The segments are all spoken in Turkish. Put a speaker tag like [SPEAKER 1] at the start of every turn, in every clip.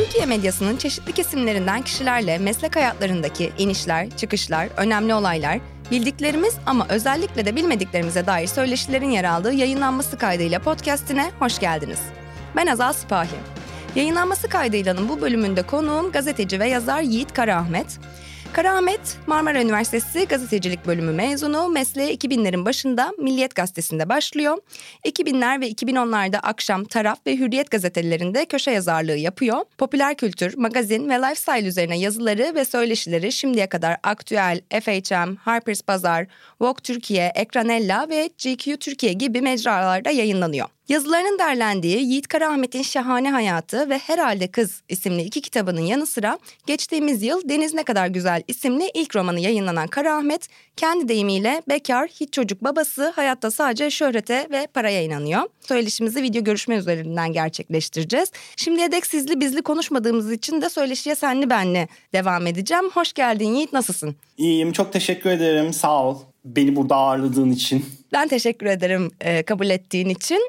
[SPEAKER 1] Türkiye medyasının çeşitli kesimlerinden kişilerle meslek hayatlarındaki inişler, çıkışlar, önemli olaylar, bildiklerimiz ama özellikle de bilmediklerimize dair söyleşilerin yer aldığı yayınlanması kaydıyla podcast'ine hoş geldiniz. Ben Azal Sipahi. Yayınlanması kaydıylanın bu bölümünde konuğum gazeteci ve yazar Yiğit Karaahmet. Karaahmet, Marmara Üniversitesi Gazetecilik Bölümü mezunu, mesleğe 2000'lerin başında Milliyet Gazetesi'nde başlıyor. 2000'ler ve 2010'larda Akşam, Taraf ve Hürriyet gazetelerinde köşe yazarlığı yapıyor. Popüler kültür, magazin ve lifestyle üzerine yazıları ve söyleşileri şimdiye kadar Aktüel, FHM, Harper's Bazaar, Vogue Türkiye, Ekranella ve GQ Türkiye gibi mecralarda yayınlanıyor. Yazılarının derlendiği Yiğit Karaahmet'in Şahane Hayatı ve Herhalde Kız isimli 2 kitabının yanı sıra geçtiğimiz yıl Deniz Ne Kadar Güzel isimli ilk romanı yayınlanan Karaahmet, kendi deyimiyle bekar, hiç çocuk babası, hayatta sadece şöhrete ve paraya inanıyor. Söyleşimizi video görüşme üzerinden gerçekleştireceğiz. Şimdiye dek sizli bizli konuşmadığımız için de söyleşiye senli benli devam edeceğim. Hoş geldin Yiğit, nasılsın?
[SPEAKER 2] İyiyim, çok teşekkür ederim, sağ ol beni burada ağırladığın için.
[SPEAKER 1] Ben teşekkür ederim kabul ettiğin için.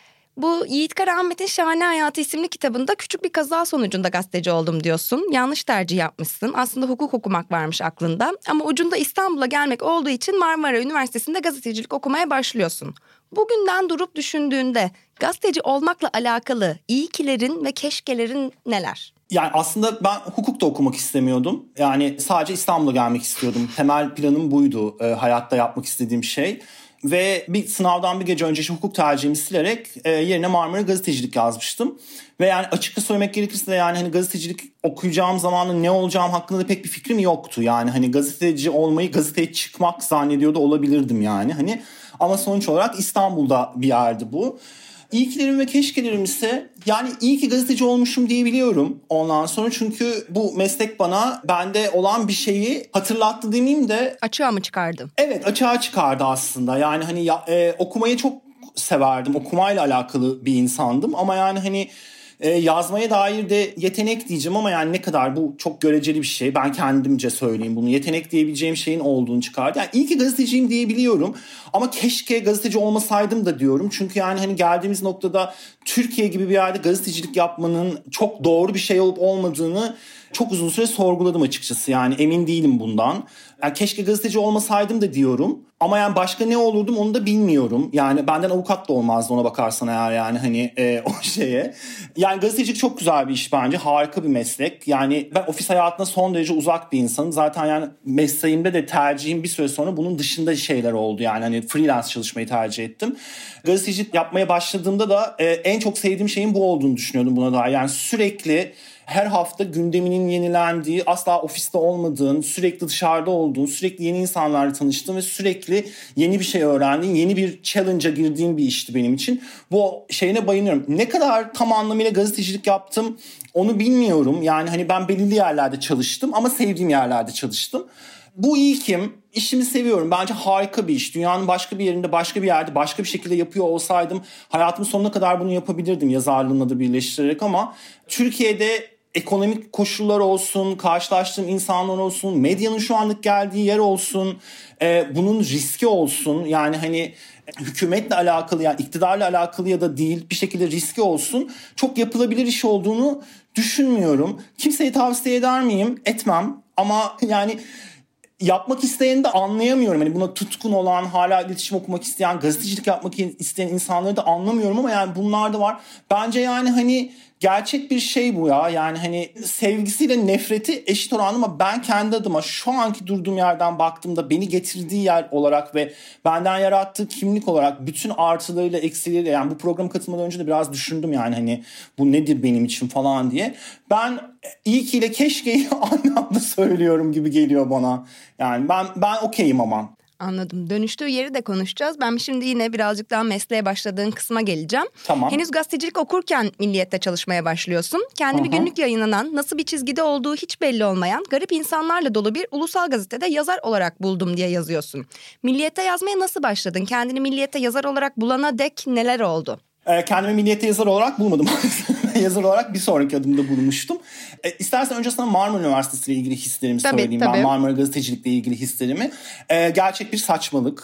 [SPEAKER 1] Bu Yiğit Karaahmet'in Şahane Hayatı isimli kitabında küçük bir kaza sonucunda gazeteci oldum diyorsun. Yanlış tercih yapmışsın. Aslında hukuk okumak varmış aklında. Ama ucunda İstanbul'a gelmek olduğu için Marmara Üniversitesi'nde gazetecilik okumaya başlıyorsun. Bugünden durup düşündüğünde gazeteci olmakla alakalı iyikilerin ve keşkelerin neler?
[SPEAKER 2] Yani aslında ben hukuk da okumak istemiyordum. Yani sadece İstanbul'a gelmek istiyordum. Temel planım buydu, hayatta yapmak istediğim şey. Ve bir sınavdan bir gece önce hukuk tercihimi silerek yerine Marmara gazetecilik yazmıştım. Ve yani açıkça söylemek gerekirse de yani hani gazetecilik okuyacağım zamanla ne olacağım hakkında da pek bir fikrim yoktu. Yani hani gazeteci olmayı, gazeteye çıkmak zannediyor da olabilirdim yani. Hani ama sonuç olarak İstanbul'da bir yerdi bu. İyikilerim ve keşkelerim ise yani iyi ki gazeteci olmuşum diyebiliyorum ondan sonra. Çünkü bu meslek bana bende olan bir şeyi hatırlattı demeyeyim de.
[SPEAKER 1] Açığa mı çıkardı?
[SPEAKER 2] Evet, açığa çıkardı aslında. Yani hani okumayı çok severdim. Okumayla alakalı bir insandım ama yani hani yazmaya dair de yetenek diyeceğim ama yani ne kadar bu çok göreceli bir şey. Ben kendimce söyleyeyim bunu. Yetenek diyebileceğim şeyin olduğunu çıkardı. Yani iyi ki gazeteciyim diyebiliyorum ama keşke gazeteci olmasaydım da diyorum. Çünkü yani hani geldiğimiz noktada Türkiye gibi bir yerde gazetecilik yapmanın çok doğru bir şey olup olmadığını çok uzun süre sorguladım açıkçası. Yani emin değilim bundan. Yani keşke gazeteci olmasaydım da diyorum. Ama yani başka ne olurdum onu da bilmiyorum. Yani benden avukat da olmazdı ona bakarsan eğer yani hani o şeye. Yani gazetecilik çok güzel bir iş bence. Harika bir meslek. Yani ben ofis hayatına son derece uzak bir insanım. Zaten yani mesleğimde de tercihim bir süre sonra bunun dışında şeyler oldu. Yani hani freelance çalışmayı tercih ettim. Gazetecilik yapmaya başladığımda da en çok sevdiğim şeyin bu olduğunu düşünüyordum buna dair. Yani sürekli her hafta gündeminin yenilendiği, asla ofiste olmadığın, sürekli dışarıda olduğun, sürekli yeni insanlarla tanıştığın ve sürekli yeni bir şey öğrendiğin, yeni bir challenge'a girdiğin bir işti benim için. Bu şeyine bayılıyorum. Ne kadar tam anlamıyla gazetecilik yaptım onu bilmiyorum. Yani hani ben belirli yerlerde çalıştım ama sevdiğim yerlerde çalıştım. Bu ilkim, işimi seviyorum. Bence harika bir iş. Dünyanın başka bir yerinde, başka bir yerde, başka bir şekilde yapıyor olsaydım hayatımın sonuna kadar bunu yapabilirdim yazarlığımla da birleştirerek ama Türkiye'de ekonomik koşullar olsun, karşılaştığım insanlar olsun, medyanın şu anlık geldiği yer olsun, bunun riski olsun. Yani hani hükümetle alakalı yani iktidarla alakalı ya da değil bir şekilde riski olsun. Çok yapılabilir iş olduğunu düşünmüyorum. Kimseye tavsiye eder miyim? Etmem. Ama yani yapmak isteyeni de anlayamıyorum. Hani buna tutkun olan, hala iletişim okumak isteyen, gazetecilik yapmak isteyen insanları da anlamıyorum ama yani bunlar da var. Bence yani hani gerçek bir şey bu ya. Yani hani sevgisiyle nefreti eşit oranlı ama ben kendi adıma şu anki durduğum yerden baktığımda beni getirdiği yer olarak ve benden yarattığı kimlik olarak bütün artılarıyla eksileriyle yani bu programa katılmadan önce de biraz düşündüm yani hani bu nedir benim için falan diye. Ben iyi ki ile keşkeyi aynı anda söylüyorum gibi geliyor bana. Yani ben okeyim ama.
[SPEAKER 1] Anladım. Dönüştüğü yeri de konuşacağız. Ben şimdi yine birazcık daha mesleğe başladığın kısma geleceğim.
[SPEAKER 2] Tamam.
[SPEAKER 1] Henüz gazetecilik okurken Milliyet'te çalışmaya başlıyorsun. Kendimi günlük yayınlanan, nasıl bir çizgide olduğu hiç belli olmayan, garip insanlarla dolu bir ulusal gazetede yazar olarak buldum diye yazıyorsun. Milliyet'te yazmaya nasıl başladın? Kendini Milliyet'te yazar olarak bulana dek neler oldu?
[SPEAKER 2] Kendimi Milliyet'te yazar olarak bulmadım. Yazar olarak bir sonraki adımda bulmuştum. İstersen önce sana Marmara Üniversitesi ile ilgili hislerimi söyleyeyim.
[SPEAKER 1] Tabii.
[SPEAKER 2] Ben Marmara Gazetecilikle ilgili hislerimi. Gerçek bir saçmalık.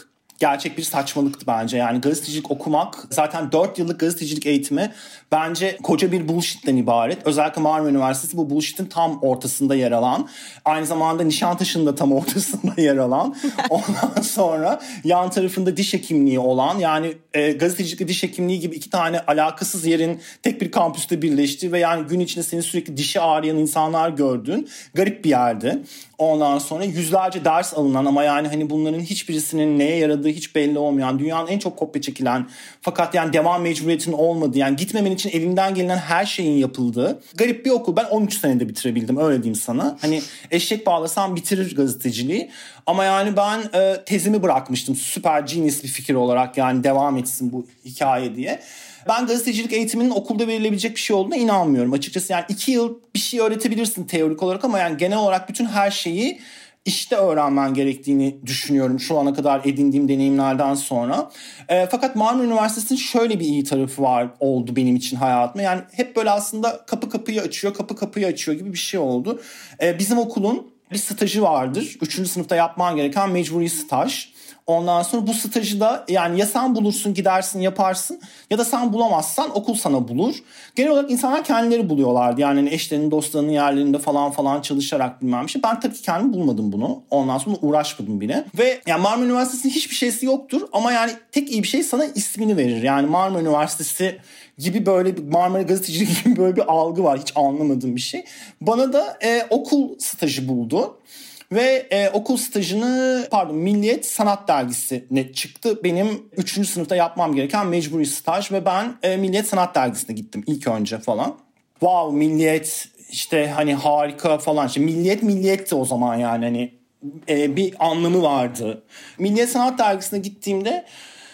[SPEAKER 2] gerçek bir saçmalıktı bence. Yani gazetecilik okumak, zaten 4 yıllık gazetecilik eğitimi bence koca bir bullshit'ten ibaret. Özellikle Marmara Üniversitesi bu bullshit'in tam ortasında yer alan, aynı zamanda Nişantaşı'nın da tam ortasında yer alan, ondan sonra yan tarafında diş hekimliği olan, yani gazetecilikle diş hekimliği gibi 2 tane alakasız yerin tek bir kampüste birleştiği ve yani gün içinde senin sürekli dişi ağrıyan insanlar gördüğün garip bir yerdi. Ondan sonra yüzlerce ders alınan ama yani hani bunların hiçbirisinin neye yaradığı hiç belli olmayan, dünyanın en çok kopya çekilen fakat yani devam mecburiyetinin olmadığı, yani gitmemen için elinden gelen her şeyin yapıldığı garip bir okul. Ben 13 senede bitirebildim, öyle diyeyim sana. Hani eşek bağlasam bitirir gazeteciliği. Ama yani ben tezimi bırakmıştım süper genius bir fikir olarak, yani devam etsin bu hikaye diye. Ben gazetecilik eğitiminin okulda verilebilecek bir şey olduğuna inanmıyorum açıkçası. Yani 2 yıl bir şey öğretebilirsin teorik olarak ama yani genel olarak bütün her şeyi işte öğrenmen gerektiğini düşünüyorum şu ana kadar edindiğim deneyimlerden sonra. Fakat Marmara Üniversitesi'nin şöyle bir iyi tarafı oldu benim için hayatımda. Yani hep böyle aslında kapı kapıyı açıyor gibi bir şey oldu. Bizim okulun bir stajı vardır. 3. sınıfta yapman gereken mecburi staj. Ondan sonra bu stajı da yani ya sen bulursun, gidersin, yaparsın ya da sen bulamazsan okul sana bulur. Genel olarak insanlar kendileri buluyorlardı. Yani eşlerinin, dostlarının yerlerinde falan çalışarak bilmem bir şey. Ben tabii ki kendim bulmadım bunu. Ondan sonra uğraşmadım bile. Ve yani Marmara Üniversitesi'nin hiçbir şeysi yoktur ama yani tek iyi bir şey sana ismini verir. Yani Marmara Üniversitesi gibi, böyle bir Marmara Gazetecilik gibi böyle bir algı var. Hiç anlamadığım bir şey. Bana da okul stajı buldu. Ve okul stajını Milliyet Sanat Dergisi'ne çıktı. Benim 3. sınıfta yapmam gereken mecburi staj ve ben Milliyet Sanat Dergisi'ne gittim ilk önce falan. Wow, Milliyet işte hani harika falan. İşte Milliyetti o zaman, yani hani bir anlamı vardı. Milliyet Sanat Dergisi'ne gittiğimde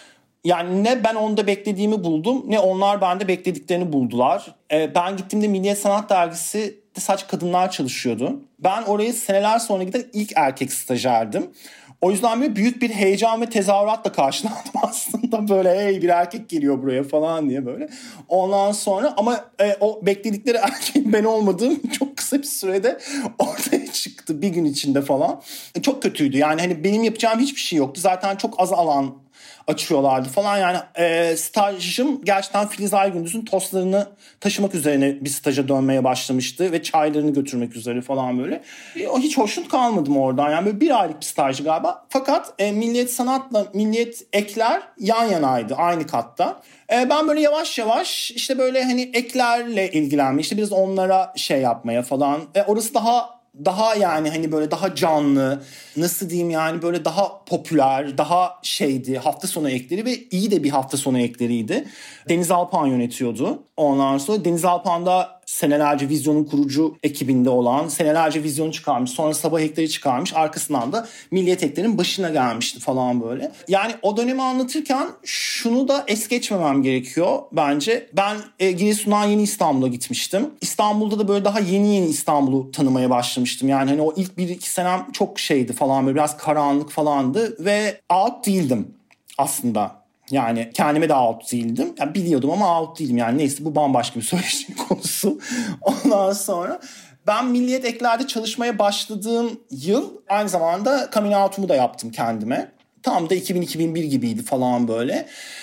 [SPEAKER 2] yani ne ben onda beklediğimi buldum ne onlar bende beklediklerini buldular. Ben gittiğimde Milliyet Sanat Dergisi sadece kadınlar çalışıyordu. Ben oraya seneler sonra giden ilk erkek stajyerdim. O yüzden böyle büyük bir heyecan ve tezahüratla karşılandım aslında. Böyle hey bir erkek geliyor buraya falan diye böyle. Ondan sonra ama o bekledikleri erkeğin ben olmadığım çok kısa bir sürede ortaya çıktı. Bir gün içinde falan. Çok kötüydü yani, hani benim yapacağım hiçbir şey yoktu. Zaten çok az alan açıyorlardı falan, yani stajım gerçekten Filiz Aygündüz'ün tostlarını taşımak üzerine bir staja dönmeye başlamıştı ve çaylarını götürmek üzere falan böyle. Hiç hoşnut kalmadım oradan, yani böyle 1 aylık bir stajdı galiba. Fakat Milliyet Sanat'la Milliyet Ekler yan yanaydı, aynı katta. Ben böyle yavaş yavaş işte böyle hani eklerle ilgilenmeye, işte biraz onlara şey yapmaya falan. Orası daha yani hani böyle daha canlı, nasıl diyeyim yani, böyle daha popüler, daha şeydi, hafta sonu ekleri ve iyi de bir hafta sonu ekleriydi. Deniz Alpan yönetiyordu. Ondan sonra Deniz Alpan da senelerce Vizyon'un kurucu ekibinde olan, senelerce Vizyon'u çıkarmış, sonra Sabah ekleri çıkarmış, arkasından da Milliyet eklerin başına gelmişti falan böyle. Yani o dönemi anlatırken şunu da es geçmemem gerekiyor bence. Ben Giresun'dan yeni İstanbul'a gitmiştim. İstanbul'da da böyle daha yeni İstanbul'u tanımaya başlamıştım. Yani hani o ilk 1-2 senem çok şeydi falan, böyle biraz karanlık falandı ve out değildim aslında. Yani kendime de out değildim. Yani biliyordum ama out değilim. Yani neyse, bu bambaşka bir söyleşi konusu. Ondan sonra ben Milliyet Ekler'de çalışmaya başladığım yıl aynı zamanda coming out'umu da yaptım kendime. Tam da 2000-2001 gibiydi falan böyle.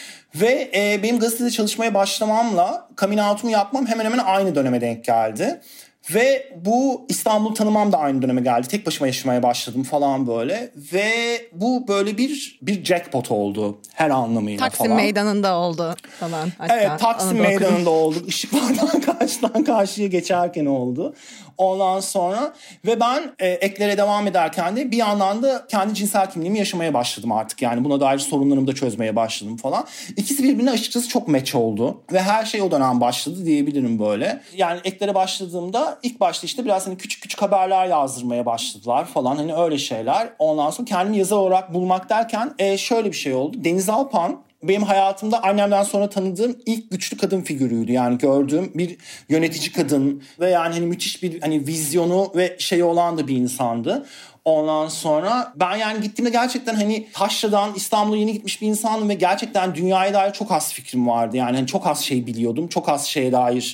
[SPEAKER 2] Ve benim gazetede çalışmaya başlamamla coming out'umu yapmam hemen hemen aynı döneme denk geldi. Ve bu İstanbul'u tanımam da aynı döneme geldi. Tek başıma yaşamaya başladım falan böyle. Ve bu böyle bir jackpot oldu her anlamıyla
[SPEAKER 1] Taksim
[SPEAKER 2] falan.
[SPEAKER 1] Meydanı'nda oldu falan. Hatta
[SPEAKER 2] evet, Taksim Meydanı'nda oldu. Işıklardan karşıdan karşıya geçerken oldu. Ondan sonra ve ben eklere devam ederken de bir yandan da kendi cinsel kimliğimi yaşamaya başladım artık. Yani buna dair sorunlarımı da çözmeye başladım falan. İkisi birbirine açıkçası çok match oldu. Ve her şey o dönem başladı diyebilirim böyle. Yani eklere başladığımda ilk başta işte biraz hani küçük küçük haberler yazdırmaya başladılar falan. Hani öyle şeyler. Ondan sonra kendimi yazar olarak bulmak derken şöyle bir şey oldu. Deniz Alpan benim hayatımda annemden sonra tanıdığım ilk güçlü kadın figürüydü. Yani gördüğüm bir yönetici kadın ve yani hani müthiş bir hani vizyonu ve şeyi olan da bir insandı. Ondan sonra ben yani gittiğimde gerçekten hani taşradan İstanbul'a yeni gitmiş bir insandım ve gerçekten dünyaya dair çok az fikrim vardı. Yani hani çok az şey biliyordum. Çok az şeye dair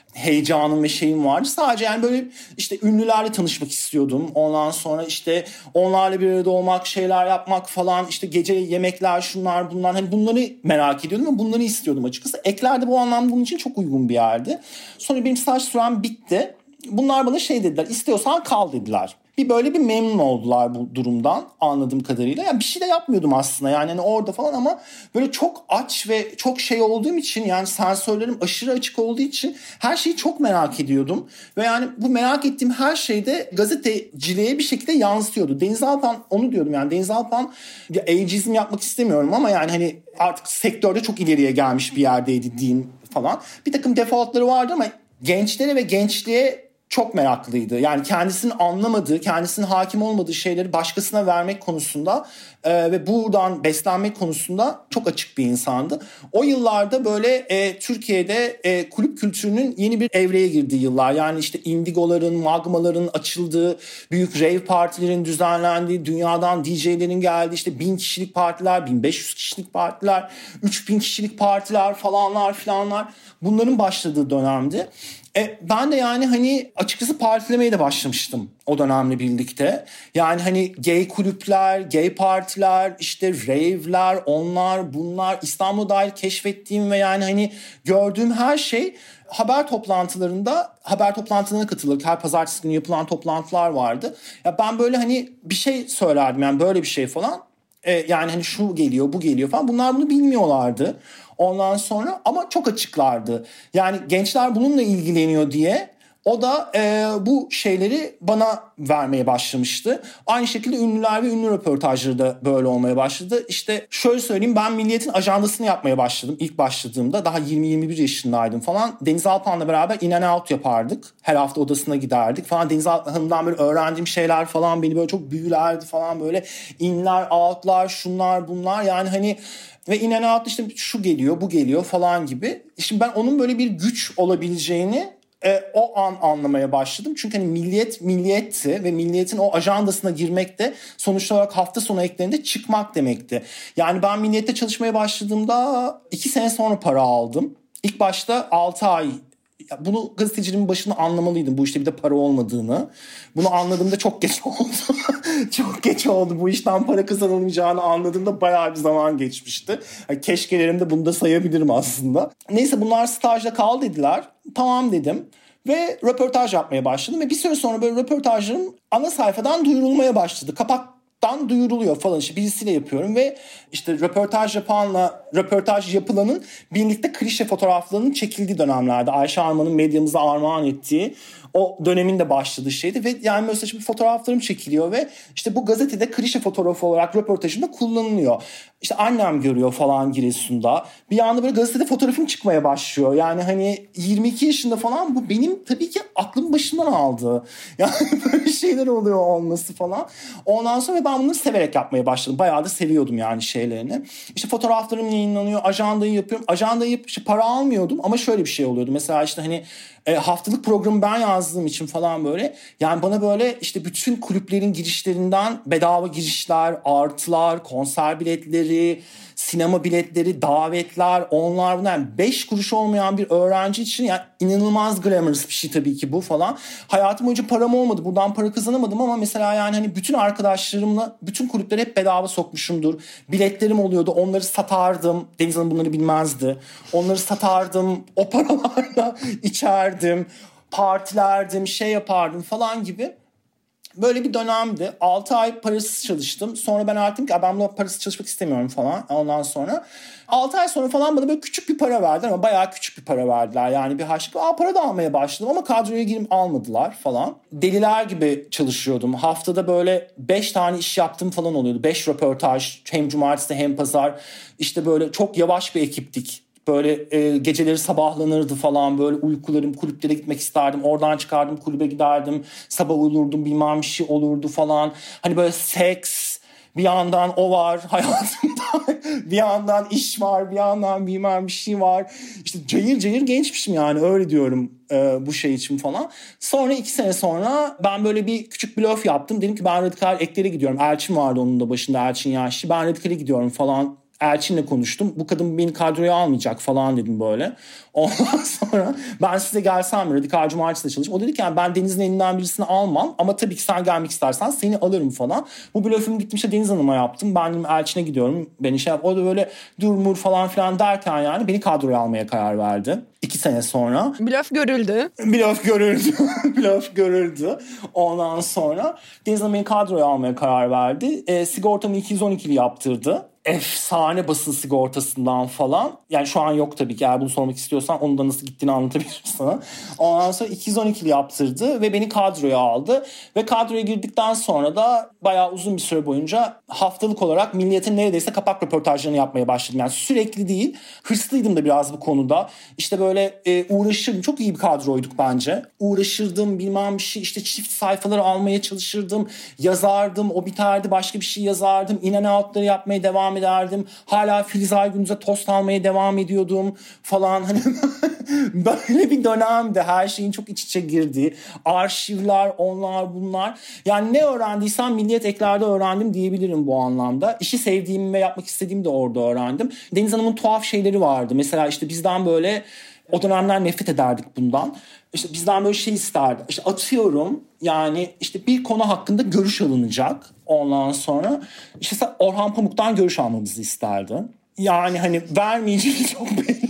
[SPEAKER 2] heyecanım ve şeyim vardı. Sadece yani böyle işte ünlülerle tanışmak istiyordum. Ondan sonra işte onlarla bir arada olmak, şeyler yapmak falan, işte gece yemekler, şunlar bunlar, hani bunları merak ediyordum ve bunları istiyordum açıkçası. Ekler de bu anlamda bunun için çok uygun bir yerdi. Sonra benim staj sürem bitti. Bunlar bana şey dediler, istiyorsan kal dediler. Böyle bir memnun oldular bu durumdan anladığım kadarıyla. Yani bir şey de yapmıyordum aslında yani hani orada falan, ama böyle çok aç ve çok şey olduğum için, yani sensörlerim aşırı açık olduğu için her şeyi çok merak ediyordum. Ve yani bu merak ettiğim her şey de gazeteciliğe bir şekilde yansıyordu. Deniz Alpan, onu diyordum yani, Deniz Alpan, ageizm yapmak istemiyorum ama yani hani artık sektörde çok ileriye gelmiş bir yerdeydi diyeyim falan. Bir takım defaultları vardı ama gençlere ve gençliğe çok meraklıydı. Yani kendisinin anlamadığı, kendisinin hakim olmadığı şeyleri başkasına vermek konusunda ve buradan beslenmek konusunda çok açık bir insandı. O yıllarda böyle Türkiye'de kulüp kültürünün yeni bir evreye girdiği yıllar. Yani işte Indigo'ların, Magma'ların açıldığı, büyük rave partilerin düzenlendiği, dünyadan DJ'lerin geldiği, işte 1000 kişilik partiler, 1500 kişilik partiler, 3000 kişilik partiler falanlar filanlar, bunların başladığı dönemdi. Ben de yani hani açıkçası partilemeye de başlamıştım o dönemle birlikte. Yani hani gay kulüpler, gay partiler, işte rave'ler, onlar bunlar, İstanbul'a dair keşfettiğim ve yani hani gördüğüm her şey haber toplantılarına katılırken her pazartesi günü yapılan toplantılar vardı. Ya ben böyle hani bir şey söylerdim yani, böyle bir şey falan. Yani hani şu geliyor, bu geliyor falan. Bunlar bunu bilmiyorlardı. Ondan sonra ama çok açıklardı. Yani gençler bununla ilgileniyor diye o da bu şeyleri bana vermeye başlamıştı. Aynı şekilde ünlüler ve ünlü röportajları da böyle olmaya başladı. İşte şöyle söyleyeyim, ben Milliyet'in ajandasını yapmaya başladım. İlk başladığımda daha 20-21 yaşındaydım falan. Deniz Alpan'la beraber in and out yapardık. Her hafta odasına giderdik falan. Deniz Alpan'dan böyle öğrendiğim şeyler falan beni böyle çok büyülerdi falan, böyle inler, outlar, şunlar bunlar, yani hani ve in and out işte şu geliyor, bu geliyor falan gibi. Şimdi ben onun böyle bir güç olabileceğini o an anlamaya başladım. Çünkü hani milliyetti ve Milliyet'in o ajandasına girmek de sonuç olarak hafta sonu eklerinde çıkmak demekti. Yani ben Milliyet'te çalışmaya başladığımda 2 sene sonra para aldım. İlk başta 6 ay. Bunu gazeteciliğin başında anlamalıydım, bu işte bir de para olmadığını. Bunu anladığımda çok geç oldu. Çok geç oldu. Bu işten para kazanılmayacağını anladığımda bayağı bir zaman geçmişti. Yani keşkelerimde bunu da sayabilirim aslında. Neyse, bunlar stajda kal dediler. Tamam dedim. Ve röportaj yapmaya başladım. Ve bir süre sonra böyle röportajlarım ana sayfadan duyurulmaya başladı. Kapaktan duyuruluyor falan, işte birisiyle yapıyorum ve işte röportaj yapılanın birlikte klişe fotoğraflarının çekildiği dönemlerde Ayşe Arman'ın medyamıza armağan ettiği o dönemin de başladığı şeydi ve yani mesela şimdi fotoğraflarım çekiliyor ve işte bu gazetede klişe fotoğrafı olarak röportajımda kullanılıyor. İşte annem görüyor falan Giresun'da. Bir anda böyle gazetede fotoğrafım çıkmaya başlıyor. Yani hani 22 yaşında falan, bu benim tabii ki aklım başımdan aldı. Yani böyle şeyler oluyor olması falan. Ondan sonra ben bunları severek yapmaya başladım. Bayağı da seviyordum yani şeylerini. İşte fotoğraflarım yayınlanıyor. Ajandayı yapıyorum. Ajandayı yapıp işte para almıyordum ama şöyle bir şey oluyordu. Mesela işte hani haftalık programı ben yazdığım için falan böyle. Yani bana böyle işte bütün kulüplerin girişlerinden bedava girişler, artılar, konser biletleri, sinema biletleri, davetler, onlar bunlar. Yani 5 kuruş olmayan bir öğrenci için yani inanılmaz glamorous bir şey tabii ki bu falan. Hayatım boyunca param olmadı. Buradan para kazanamadım ama mesela yani hani bütün arkadaşlarımla bütün kulüpleri hep bedava sokmuşumdur. Biletlerim oluyordu. Onları satardım. Deniz Hanım bunları bilmezdi. Onları satardım. O paralarla içerdim. Partilerdim, şey yapardım falan gibi. Böyle bir dönemdi. 6 ay parasız çalıştım. Sonra ben artık ki ben buna parasız çalışmak istemiyorum falan. Ondan sonra 6 ay sonra falan bana böyle küçük bir para verdiler ama bayağı küçük bir para verdiler. Yani bir harçlık. Para da almaya başladım ama kadroya girip almadılar falan. Deliler gibi çalışıyordum. Haftada böyle 5 tane iş yaptım falan oluyordu. 5 röportaj, hem cumartesi hem pazar. İşte böyle çok yavaş bir ekiptik. Böyle geceleri sabahlanırdı falan, böyle uykularım, kulüplere gitmek isterdim. Oradan çıkardım, kulübe giderdim. Sabah uyurdum, bilmem bir şey olurdu falan. Hani böyle seks, bir yandan o var hayatımda. Bir yandan iş var, bir yandan bilmem bir şey var. İşte cayır cayır gençmişim yani, öyle diyorum bu şey için falan. Sonra 2 sene sonra ben böyle bir küçük blöf yaptım. Dedim ki ben radikal eklere gidiyorum. Elçin vardı onun da başında, Elçin Yaşlı. Ben radikale gidiyorum falan. Elçin'le konuştum. Bu kadın beni kadroya almayacak falan dedim böyle. Ondan sonra ben size gelsem mi? Radikal Cumartesi'de çalışayım. O dedi ki yani ben Deniz'in elinden birisini almam ama tabii ki sen gelmek istersen seni alırım falan. Bu blöfümü gittim işte Deniz Hanım'a yaptım. Ben dedim Elçin'e gidiyorum. Beni şey yap. O da böyle dur falan filan derken yani beni kadroya almaya karar verdi. 2 sene sonra.
[SPEAKER 1] Blöf görüldü.
[SPEAKER 2] Blöf görüldü. Ondan sonra Deniz Hanım beni kadroya almaya karar verdi. Sigortamı 212'li yaptırdı. Efsane basın sigortasından falan. Yani şu an yok tabii ki. Eğer bunu sormak istiyorsan onun da nasıl gittiğini anlatabilirim sana. Ondan sonra 212'li yaptırdı ve beni kadroya aldı. Ve kadroya girdikten sonra da bayağı uzun bir süre boyunca haftalık olarak Milliyet'in neredeyse kapak röportajlarını yapmaya başladım. Yani sürekli değil. Hırslıydım da biraz bu konuda. İşte böyle uğraşırdım. Çok iyi bir kadroyduk bence. Uğraşırdım bilmem bir şey. İşte çift sayfaları almaya çalışırdım. Yazardım. O biterdi. Başka bir şey yazardım. In and out'ları yapmaya devam ederdim. Hala Filiz Aygündüz'e tost almaya devam ediyordum falan. Hani böyle bir dönemde her şeyin çok iç içe girdiği. Arşivler, onlar bunlar. Yani ne öğrendiysem Milliyet Ekler'de öğrendim diyebilirim bu anlamda. İşi sevdiğimi ve yapmak istediğimi de orada öğrendim. Deniz Hanım'ın tuhaf şeyleri vardı. Mesela işte bizden böyle o dönemler nefret ederdik bundan. İşte bizden böyle şey isterdi. İşte atıyorum yani işte bir konu hakkında görüş alınacak. Ondan sonra işte Orhan Pamuk'tan görüş almamızı isterdi. Yani hani vermeyeceği çok belli.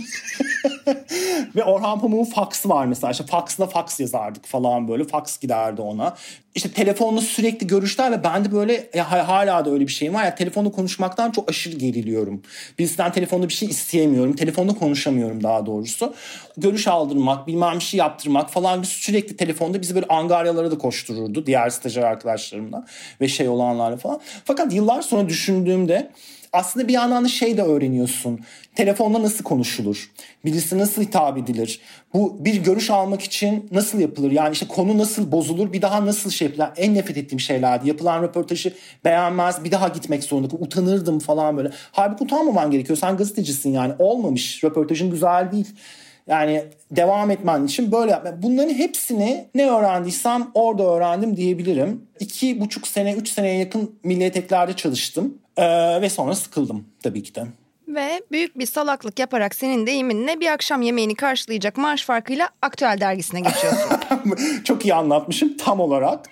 [SPEAKER 2] Ve Orhan Pamuk'un faksı var mesela. İşte faksına faks yazardık falan böyle. Faks giderdi ona. İşte telefonla sürekli görüşler ve ben de böyle hala da öyle bir şeyim var. Ya telefonda konuşmaktan çok aşırı geriliyorum. Birisinden telefonda bir şey isteyemiyorum. Telefonda konuşamıyorum daha doğrusu. Görüş aldırmak, bilmem bir şey yaptırmak falan sürekli telefonda bizi böyle angaryalara da koştururdu. Diğer stajyer arkadaşlarımla ve şey olanlarla falan. Fakat yıllar sonra düşündüğümde aslında bir yandan da şey de öğreniyorsun. Telefonda nasıl konuşulur? Birisi nasıl hitap edilir? Bu bir görüş almak için nasıl yapılır? Yani işte konu nasıl bozulur? Bir daha nasıl şey yapılır? En nefret ettiğim şeylerdi. Yapılan röportajı beğenmez, bir daha gitmek zorunda. Utanırdım falan böyle. Halbuki utanmaman gerekiyor. Sen gazetecisin yani. Olmamış. Röportajın güzel değil. Yani devam etmen için böyle yapma. Bunların hepsini ne öğrendiysem orada öğrendim diyebilirim. 2,5 sene, 3 seneye yakın Milliyet Ekler'de çalıştım. Ve sonra sıkıldım tabii ki de.
[SPEAKER 1] Ve büyük bir salaklık yaparak senin deyiminle bir akşam yemeğini karşılayacak maaş farkıyla Aktüel dergisine geçiyorsun.
[SPEAKER 2] Çok iyi anlatmışım tam olarak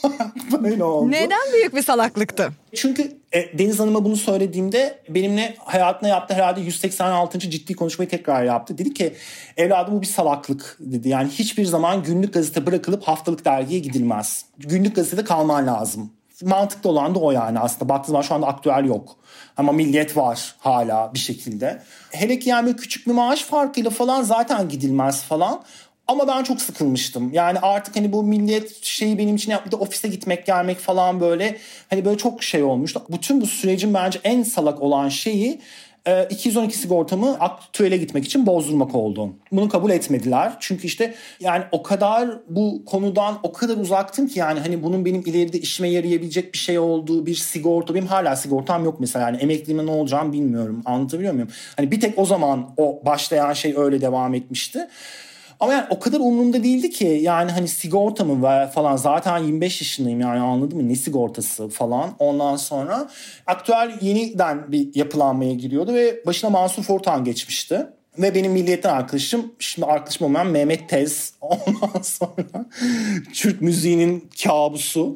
[SPEAKER 2] böyle oldu.
[SPEAKER 1] Neden büyük bir salaklıktı?
[SPEAKER 2] Çünkü Deniz Hanım'a bunu söylediğimde benimle hayatına yaptığı herhalde 186. ciddi konuşmayı tekrar yaptı. Dedi ki evladım bu bir salaklık dedi. Yani hiçbir zaman günlük gazete bırakılıp haftalık dergiye gidilmez. Günlük gazetede kalman lazım. Mantıklı olan da o yani aslında. Baktığınız zaman şu anda Aktüel yok. Ama Milliyet var hala bir şekilde. Hele ki yani küçük bir maaş farkıyla falan zaten gidilmez falan. Ama ben çok sıkılmıştım. Yani artık hani bu Milliyet şeyi benim için yaptı. Ofise gitmek gelmek falan böyle. Hani böyle çok şey olmuştu. Bütün bu sürecin bence en salak olan şeyi 212 sigortamı Aktüel'e gitmek için bozdurmak oldu. Bunu kabul etmediler. Çünkü işte yani o kadar bu konudan o kadar uzaktım ki yani hani bunun benim ileride işime yarayabilecek bir şey olduğu bir sigorta. Benim hala sigortam yok mesela. Yani emekliliğime ne olacağını bilmiyorum. Anlatabiliyor muyum? Hani bir tek o zaman o başlayan şey öyle devam etmişti. Ama yani o kadar umurumda değildi ki yani hani sigorta mı falan zaten 25 yaşındayım yani anladın mı ne sigortası falan ondan sonra Aktüel yeniden bir yapılanmaya giriyordu ve başına Mansur Fortan geçmişti. Ve benim Milliyet'ten arkadaşım, şimdi arkadaşım olmayan Mehmet Tez. Ondan sonra Türk müziğinin kabusu.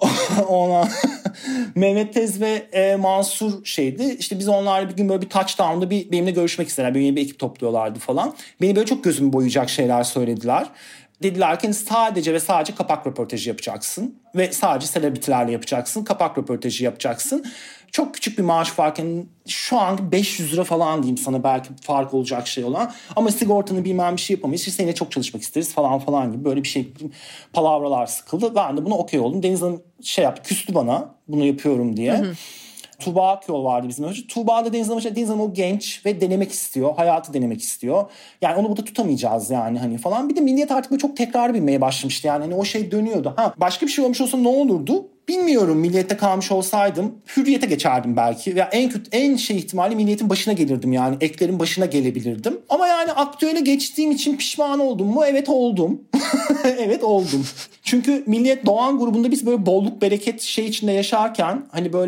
[SPEAKER 2] Mehmet Tez ve Mansur şeydi. İşte biz onlarla bir gün böyle bir touchdown'da benimle görüşmek istediler. Böyle bir ekip topluyorlardı falan. Beni böyle çok gözümü boyayacak şeyler söylediler. Dediler ki sadece ve sadece kapak röportajı yapacaksın. Ve sadece selebritilerle yapacaksın. Kapak röportajı yapacaksın. Çok küçük bir maaş farkı. Yani şu an 500 lira falan diyeyim sana belki fark olacak şey olan. Ama sigortanı bilmem bir şey yapamayız. İşte seninle çok çalışmak isteriz falan gibi böyle bir şey palavralar sıkıldı. Ben de buna okey oldum. Deniz Hanım şey yaptı küstü bana bunu yapıyorum diye. Hı hı. Tuğba Akyol vardı bizim önce. Tuğba da Deniz Hanım o genç ve denemek istiyor. Hayatı denemek istiyor. Yani onu burada tutamayacağız yani hani falan. Bir de Milliyet artık böyle çok tekrar binmeye başlamıştı. Yani hani o şey dönüyordu. Başka bir şey olmuş olsa ne olurdu? Bilmiyorum. Milliyet'te kalmış olsaydım Hürriyet'e geçerdim belki. Ya en şey ihtimali Milliyet'in başına gelirdim yani. Eklerin başına gelebilirdim. Ama yani Aktüel'e geçtiğim için pişman oldum mu? Evet oldum. Evet oldum. Çünkü Milliyet Doğan grubunda biz böyle bolluk bereket şey içinde yaşarken hani böyle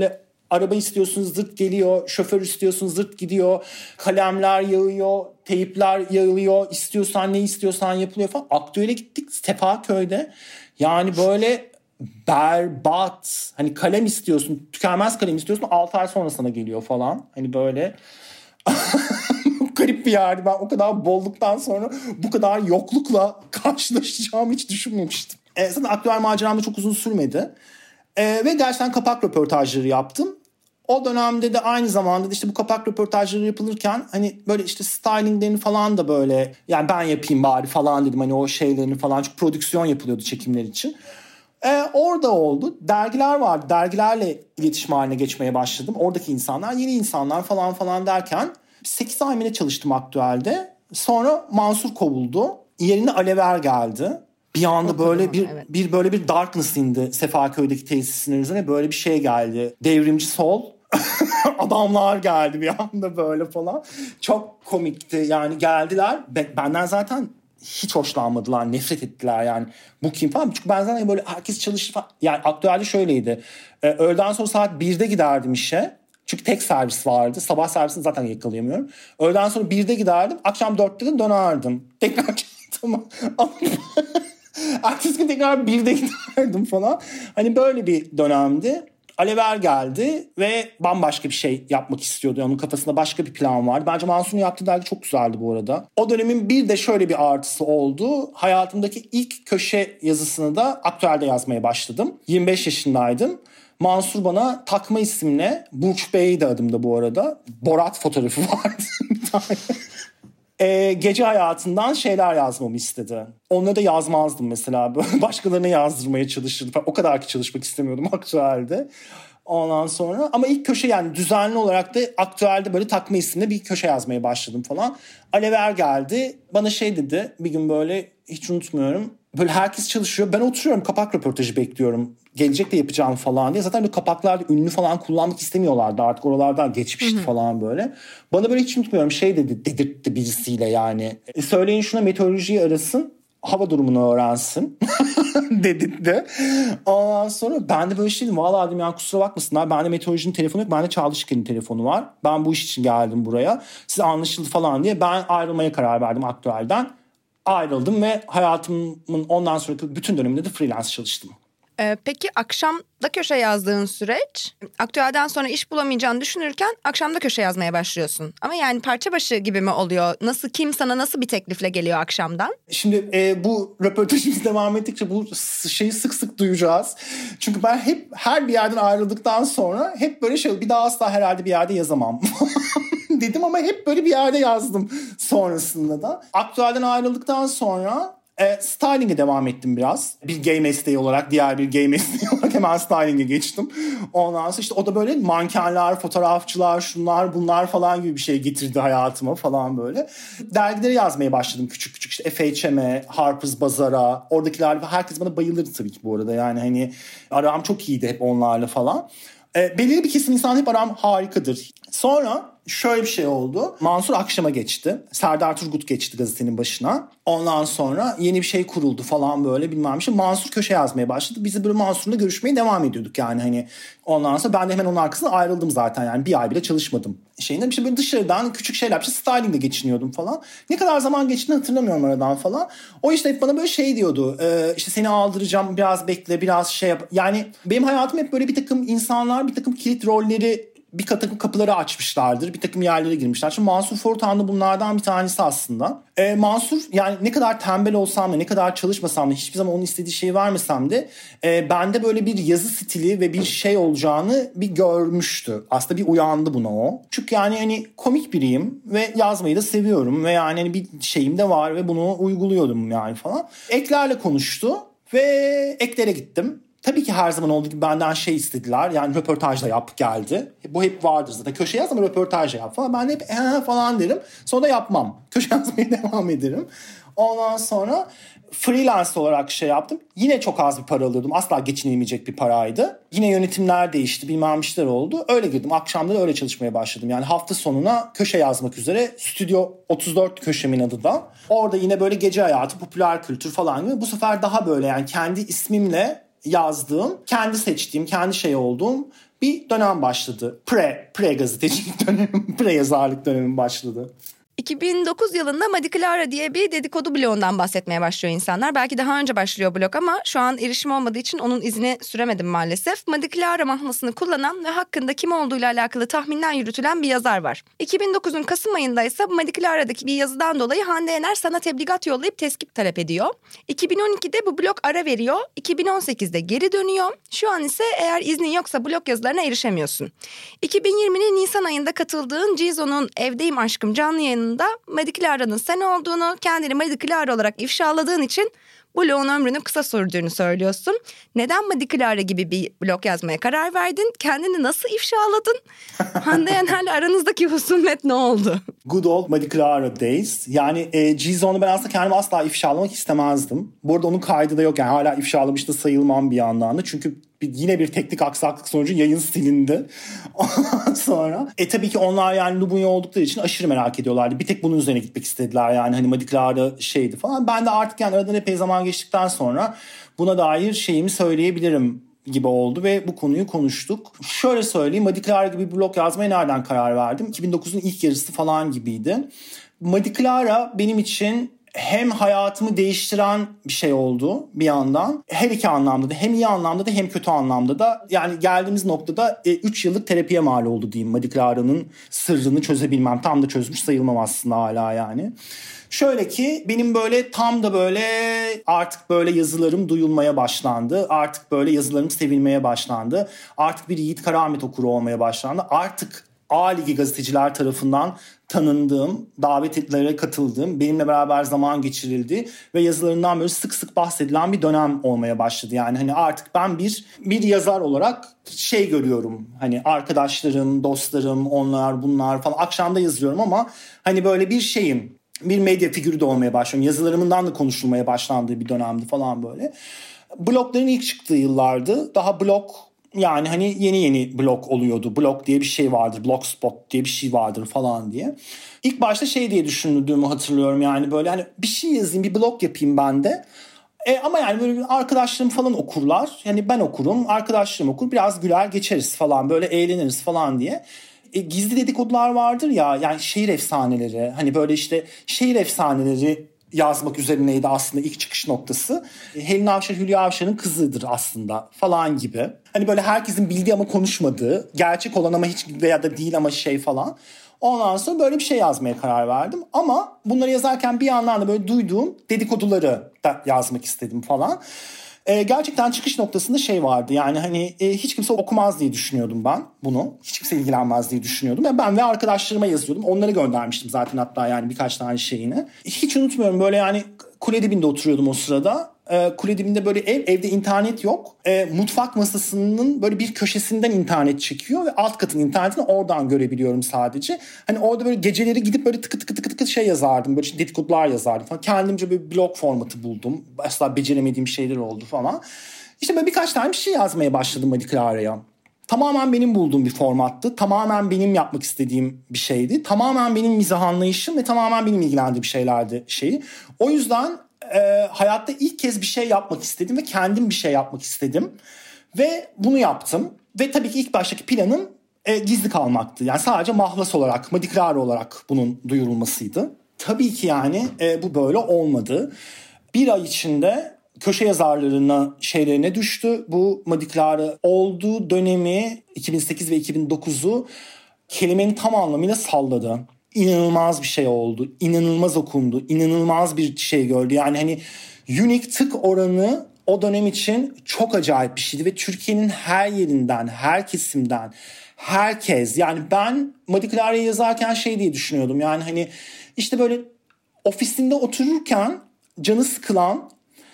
[SPEAKER 2] Araba istiyorsunuz zırt geliyor. Şoför istiyorsunuz zırt gidiyor. Kalemler yağıyor. Teypler yağılıyor. İstiyorsan ne istiyorsan yapılıyor falan. Aktüel'e gittik Sefaköy'de. Yani böyle berbat. Hani kalem istiyorsun. Tükenmez kalem istiyorsun. 6 ay sonra sana geliyor falan. Hani böyle... garip bir yerdi. Ben o kadar bolluktan sonra bu kadar yoklukla karşılaşacağımı hiç düşünmemiştim. Zaten aktüel maceram da çok uzun sürmedi. Ve gerçekten kapak röportajları yaptım. O dönemde de aynı zamanda da işte bu kapak röportajları yapılırken hani böyle işte stylinglerini falan da böyle yani ben yapayım bari falan dedim. Hani o şeylerini falan çünkü prodüksiyon yapılıyordu çekimler için. Orada oldu. Dergiler vardı. Dergilerle iletişim haline geçmeye başladım. Oradaki insanlar, yeni insanlar falan falan derken 8 ay mı çalıştım aktüelde. Sonra Mansur kovuldu. Yerine Alever geldi. Bir anda böyle bir böyle bir darkness indi Sefaköy'deki tesisinin üzerine. Böyle bir şey geldi. Devrimci sol adamlar geldi bir anda böyle falan. Çok komikti. Yani geldiler. Benden zaten hiç hoşlanmadılar. Nefret ettiler yani. Bu kim falan. Çünkü ben zaten böyle herkes çalışır falan. Yani aktüelde şöyleydi. Öğleden sonra saat 1'de giderdim işe. Çünkü tek servis vardı. Sabah servisini zaten yakalayamıyorum. Öğleden sonra 1'de giderdim. Akşam 4'te de dönerdim. Tekrar çantamı alıp ertesi gün tekrar 1'de giderdim falan. Hani böyle bir dönemdi. Alever geldi ve bambaşka bir şey yapmak istiyordu. Onun kafasında başka bir plan vardı. Bence Mansur'un yaptığı dergi çok güzeldi bu arada. O dönemin bir de şöyle bir artısı oldu. Hayatımdaki ilk köşe yazısını da aktüelde yazmaya başladım. 25 yaşındaydım. Mansur bana takma isimle, Burç Bey de adımda bu arada, Borat fotoğrafı vardı bir tane. Gece hayatından şeyler yazmamı istedi. Onları da yazmazdım mesela. Başkalarına yazdırmaya çalışırdım. O kadar ki çalışmak istemiyordum aktüelde. Ondan sonra ama ilk köşe yani düzenli olarak da aktüelde böyle takma isimle bir köşe yazmaya başladım falan. Alever geldi. Bana şey dedi bir gün böyle hiç unutmuyorum. Böyle herkes çalışıyor. Ben oturuyorum kapak röportajı bekliyorum. Gelecek de yapacağım falan diye. Zaten böyle kapaklarda ünlü falan kullanmak istemiyorlardı. Artık oralardan geçmişti falan böyle. Bana böyle hiç unutmuyorum şey dedirtti birisiyle yani. Söyleyin şuna meteorolojiyi arasın. Hava durumunu öğrensin dedirtti. Ondan sonra ben de böyle şey dedim. Vallahi dedim ya kusura bakmasınlar. Bende meteorolojinin telefonu yok. Bende Çağla Şikel'in telefonu var. Ben bu iş için geldim buraya. Siz anlaşıldı falan diye. Ben ayrılmaya karar verdim aktüelden. Ayrıldım ve hayatımın ondan sonraki bütün döneminde de freelance çalıştım.
[SPEAKER 1] Peki akşamda köşe yazdığın süreç, aktüelden sonra iş bulamayacağını düşünürken akşamda köşe yazmaya başlıyorsun. Ama yani parça başı gibi mi oluyor? Kim sana nasıl bir teklifle geliyor akşamdan?
[SPEAKER 2] Şimdi bu röportajımız devam ettikçe bu şeyi sık sık duyacağız. Çünkü ben hep her bir yerden ayrıldıktan sonra hep böyle şey bir daha asla herhalde bir yerde yazamam dedim ama hep böyle bir yerde yazdım sonrasında da. Aktüelden ayrıldıktan sonra styling'e devam ettim biraz. Bir gay mesleği olarak, diğer bir gay mesleği olarak hemen styling'e geçtim. Ondan sonra işte o da böyle mankenler, fotoğrafçılar, şunlar bunlar falan gibi bir şey getirdi hayatıma falan böyle. Dergileri yazmaya başladım küçük küçük işte FHM'e, Harper's Bazaar'a. Oradakiler herkes bana bayılırdı tabii ki bu arada. Yani hani aram çok iyiydi hep onlarla falan. Belirli bir kesim insan hep aram harikadır. Sonra şöyle bir şey oldu. Mansur akşama geçti. Serdar Turgut geçti gazetenin başına. Ondan sonra yeni bir şey kuruldu falan böyle bilmem bir şey. Mansur köşe yazmaya başladı. Biz böyle Mansur'la görüşmeye devam ediyorduk yani hani. Ondan sonra ben de hemen onun arkasından ayrıldım zaten yani. Bir ay bile çalışmadım. İşte böyle dışarıdan küçük şeyler işte stylingle geçiniyordum falan. Ne kadar zaman geçtiğini hatırlamıyorum aradan falan. O işte hep bana böyle şey diyordu. İşte seni aldıracağım biraz bekle biraz şey yap. Yani benim hayatım hep böyle bir takım insanlar bir takım kilit rolleri bir takım kapıları açmışlardır. Bir takım yerlere girmişler. Şimdi Mansur Fortan da bunlardan bir tanesi aslında. Mansur yani ne kadar tembel olsam da ne kadar çalışmasam da hiçbir zaman onun istediği şeyi vermesem de bende böyle bir yazı stili ve bir şey olacağını bir görmüştü. Aslında bir uyandı buna o. Çünkü yani hani komik biriyim ve yazmayı da seviyorum ve yani hani bir şeyim de var ve bunu uyguluyordum yani falan. Eklerle konuştu ve eklere gittim. Tabii ki her zaman olduğu gibi benden şey istediler. Yani röportaj da yap geldi. Bu hep vardır zaten. Köşe yaz ama röportaj da yap falan. Ben de hep falan derim. Sonra da yapmam. Köşe yazmaya devam ederim. Ondan sonra freelance olarak şey yaptım. Yine çok az bir para alıyordum. Asla geçinemeyecek bir paraydı. Yine yönetimler değişti. Bilmem işler oldu. Öyle girdim. Akşamları öyle çalışmaya başladım. Yani hafta sonuna köşe yazmak üzere. Stüdyo 34 köşemin adı da. Orada yine böyle gece hayatı, popüler kültür falan gibi. Bu sefer daha böyle yani kendi ismimle yazdığım, kendi seçtiğim, kendi şey olduğum bir dönem başladı. Pre gazetecilik dönemim, pre yazarlık dönemim başladı.
[SPEAKER 1] 2009 yılında Madi Clara diye bir dedikodu bloğundan bahsetmeye başlıyor insanlar. Belki daha önce başlıyor blog ama şu an erişim olmadığı için onun izini süremedim maalesef. Madi Clara mahlasını kullanan ve hakkında kim olduğuyla alakalı tahminler yürütülen bir yazar var. 2009'un Kasım ayında ise Madi Clara'daki bir yazıdan dolayı Hande Yener sana tebligat yollayıp teskip talep ediyor. 2012'de bu blog ara veriyor. 2018'de geri dönüyor. Şu an ise eğer iznin yoksa blog yazılarına erişemiyorsun. 2020'nin Nisan ayında katıldığın Cizo'nun Evdeyim Aşkım canlı yayınında Madi Clara'nın sen olduğunu, kendini Madi Clara olarak ifşaladığın için blogun ömrünün kısa sürdüğünü söylüyorsun. Neden Madi Clara gibi bir blog yazmaya karar verdin? Kendini nasıl ifşaladın? Hande Yener'le aranızdaki husumet ne oldu?
[SPEAKER 2] Good old Madi Clara days. Yani Cizo'nu ben aslında kendimi asla ifşalamak istemezdim. Bu arada onun kaydı da yok. Yani hala ifşalamış da sayılmam bir yandan da. Çünkü yine bir teknik aksaklık sonucu yayın silindi. Ondan sonra tabii ki onlar yani Lubunya oldukları için aşırı merak ediyorlardı. Bir tek bunun üzerine gitmek istediler yani hani Madi Clara şeydi falan. Ben de artık yani aradan epey zaman geçtikten sonra buna dair şeyimi söyleyebilirim gibi oldu ve bu konuyu konuştuk. Şöyle söyleyeyim, Madi Clara gibi bir blog yazmaya nereden karar verdim? 2009'un ilk yarısı falan gibiydi. Madi Clara benim için hem hayatımı değiştiren bir şey oldu bir yandan. Her iki anlamda da, hem iyi anlamda da hem kötü anlamda da. Yani geldiğimiz noktada 3 yıllık terapiye mal oldu diyeyim. Madi Clara'nın sırrını çözebilmem. Tam da çözmüş sayılmam aslında hala yani. Şöyle ki benim böyle tam da böyle artık böyle yazılarım duyulmaya başlandı. Artık böyle yazılarım sevilmeye başlandı. Artık bir Yiğit Karaahmet okuru olmaya başlandı. Artık A Ligi gazeteciler tarafından tanındığım, davetlere katıldığım, benimle beraber zaman geçirildi ve yazılarından böyle sık sık bahsedilen bir dönem olmaya başladı. Yani hani artık ben bir yazar olarak şey görüyorum. Hani arkadaşlarım, dostlarım, onlar bunlar falan akşamda yazıyorum ama hani böyle bir şeyim, bir medya figürü de olmaya başlıyorum. Yazılarımdan da konuşulmaya başlandığı bir dönemdi falan böyle. Blogların ilk çıktığı yıllardı. Daha blog yani hani yeni blog oluyordu. Blog diye bir şey vardır. Blogspot diye bir şey vardır falan diye. İlk başta şey diye düşündüğümü hatırlıyorum. Yani böyle hani bir şey yazayım, bir blog yapayım ben de. Ama yani böyle arkadaşlarım falan okurlar. Yani ben okurum, arkadaşlarım okur. Biraz güler geçeriz falan. Böyle eğleniriz falan diye. Gizli dedikodular vardır ya. Yani şehir efsaneleri. Hani böyle işte şehir efsaneleri yazmak üzerineydi aslında ilk çıkış noktası. Helin Avşar Hülya Avşar'ın kızıdır aslında falan gibi. Hani böyle herkesin bildiği ama konuşmadığı, gerçek olan ama hiç veya da değil ama şey falan. Ondan sonra böyle bir şey yazmaya karar verdim. Ama bunları yazarken bir yandan da böyle duyduğum dedikoduları da yazmak istedim falan. Gerçekten çıkış noktasında şey vardı. Yani hani hiç kimse okumaz diye düşünüyordum ben bunu. Hiç kimse ilgilenmez diye düşünüyordum. Yani ben ve arkadaşlarıma yazıyordum. Onları göndermiştim zaten hatta yani birkaç tane şeyini. Hiç unutmuyorum böyle yani kule dibinde oturuyordum o sırada. Kule dibinde böyle evde internet yok. Mutfak masasının böyle bir köşesinden internet çekiyor ve alt katın internetini oradan görebiliyorum sadece. Hani orada böyle geceleri gidip böyle tıkı tıkı şey yazardım. Böyle dedikodular yazardım falan. Kendimce bir blog formatı buldum. Asla beceremediğim şeyler oldu falan. İşte böyle birkaç tane bir şey yazmaya başladım Madi Clara'ya. Tamamen benim bulduğum bir formattı. Tamamen benim yapmak istediğim bir şeydi. Tamamen benim mizah anlayışım ve tamamen benim ilgilendiğim şeylerdi şeyi. O yüzden hayatta ilk kez bir şey yapmak istedim ve kendim bir şey yapmak istedim. Ve bunu yaptım. Ve tabii ki ilk baştaki planım gizli kalmaktı. Yani sadece mahlas olarak, Madi Clara olarak bunun duyurulmasıydı. Tabii ki yani bu böyle olmadı. Bir ay içinde köşe yazarlarına şeylerine düştü. Bu Madi Clara olduğu dönemi 2008 ve 2009'u kelimenin tam anlamıyla salladı. İnanılmaz bir şey oldu. İnanılmaz okundu. İnanılmaz bir şey gördü. Yani hani unique tık oranı o dönem için çok acayip bir şeydi. Ve Türkiye'nin her yerinden, her kesimden, herkes. Yani ben Madi Clara'yı yazarken şey diye düşünüyordum. Yani hani işte böyle ofisinde otururken canı sıkılan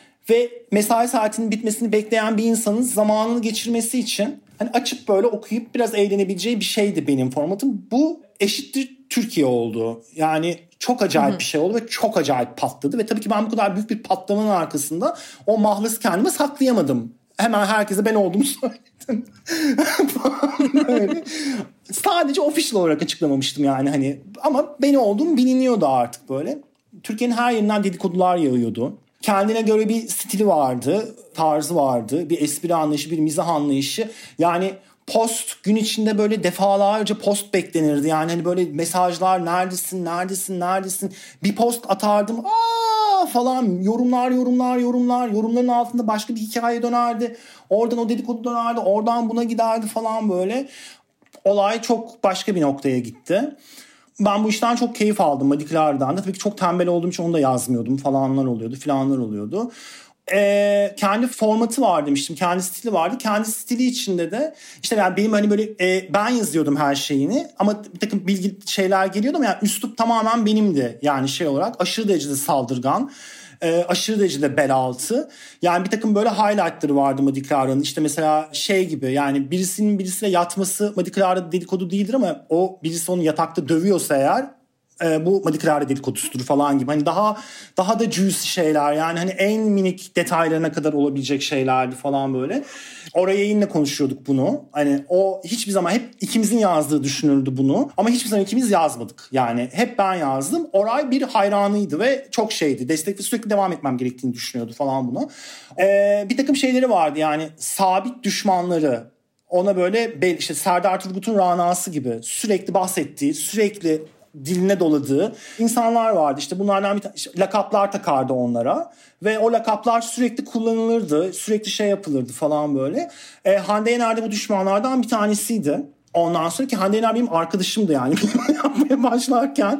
[SPEAKER 2] ve mesai saatinin bitmesini bekleyen bir insanın zamanını geçirmesi için hani açıp böyle okuyup biraz eğlenebileceği bir şeydi benim formatım. Bu eşittir Türkiye oldu. Yani çok acayip bir şey oldu ve çok acayip patladı. Ve tabii ki ben bu kadar büyük bir patlamanın arkasında o mahlası kendime saklayamadım. Hemen herkese ben olduğumu söyledim. Böyle. Sadece official olarak açıklamamıştım yani hani. Ama beni olduğum biliniyordu artık böyle. Türkiye'nin her yerinden dedikodular yağıyordu. Kendine göre bir stili vardı, tarzı vardı, bir espri anlayışı, bir mizah anlayışı. Yani post gün içinde böyle defalarca post beklenirdi. Yani hani böyle mesajlar neredesin bir post atardım falan yorumların altında başka bir hikaye dönerdi. Oradan o dedikodu dönerdi, oradan buna giderdi falan böyle. Olay çok başka bir noktaya gitti. Ben bu işten çok keyif aldım Madikler'den de. Tabii ki çok tembel olduğum için onu da yazmıyordum falanlar oluyordu. Kendi formatı var demiştim. Kendi stili vardı. Kendi stili içinde de işte yani benim hani böyle ben yazıyordum her şeyini ama bir takım bilgi şeyler geliyordu ama yani üslup tamamen benimdi. Yani şey olarak aşırı derecede saldırgan. Aşırı derecede bel altı. Yani bir takım böyle highlightları vardı Madikler'ın. İşte mesela şey gibi yani birisinin birisiyle yatması Madikler'da dedikodu değildir ama o birisi onu yatakta dövüyorsa eğer bu Madikler'de dedikodusudur falan gibi. Hani daha da juicy şeyler yani hani en minik detaylarına kadar olabilecek şeylerdi falan böyle. Oraya yayınla konuşuyorduk bunu. Hani o hiçbir zaman hep ikimizin yazdığı düşünüldü bunu. Ama hiçbir zaman ikimiz yazmadık. Yani hep ben yazdım. Oray bir hayranıydı ve çok şeydi. Destekli sürekli devam etmem gerektiğini düşünüyordu falan bunu. Bir takım şeyleri vardı yani sabit düşmanları. Ona böyle işte Serdar Turgut'un Rana'sı gibi sürekli bahsettiği, sürekli diline doladığı insanlar vardı. İşte bunlardan bir işte lakaplar takardı onlara ve o lakaplar sürekli kullanılırdı. Sürekli şey yapılırdı falan böyle. Hande Yener de bu düşmanlardan bir tanesiydi. Ondan sonra ki Hande Yener benim arkadaşımdı yani. Yapmaya başlarken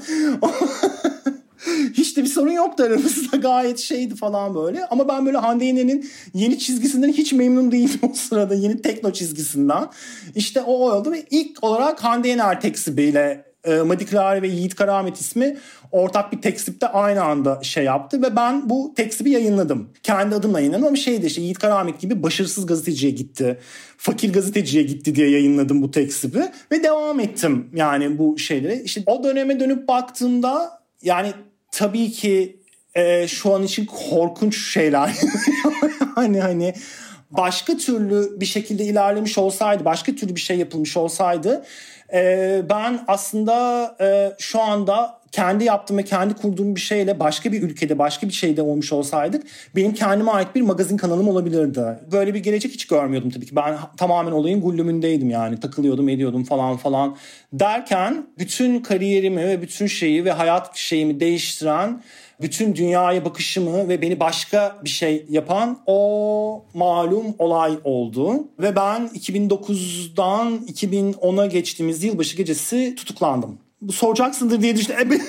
[SPEAKER 2] hiç de bir sorun yoktu aramızda. Gayet şeydi falan böyle. Ama ben böyle Hande Yener'in yeni çizgisinden hiç memnun değildim o sırada. Yeni tekno çizgisinden. İşte o oldu ve ilk olarak Hande Yener tekzibiyle Madikler ve Yiğit Karamet ismi ortak bir tekzipte aynı anda şey yaptı ve ben bu tekzibi yayınladım. Kendi adımla yayınladım ama şeydi işte Yiğit Karamet gibi başarısız gazeteciye gitti, fakir gazeteciye gitti diye yayınladım bu tekzibi ve devam ettim yani bu şeyleri. İşte o döneme dönüp baktığımda yani tabii ki şu an için korkunç şeyler hani başka türlü bir şekilde ilerlemiş olsaydı, başka türlü bir şey yapılmış olsaydı ben aslında şu anda kendi yaptığım ve kendi kurduğum bir şeyle başka bir ülkede, başka bir şeyde olmuş olsaydık benim kendime ait bir magazin kanalım olabilirdi. Böyle bir gelecek hiç görmüyordum tabii ki. Ben tamamen olayın gullümündeydim yani. Takılıyordum, ediyordum falan derken bütün kariyerimi ve bütün şeyi ve hayat şeyimi değiştiren, bütün dünyaya bakışımı ve beni başka bir şey yapan o malum olay oldu. Ve ben 2009'dan 2010'a geçtiğimiz yılbaşı gecesi tutuklandım. Bu soracaksındır diye düşündüm.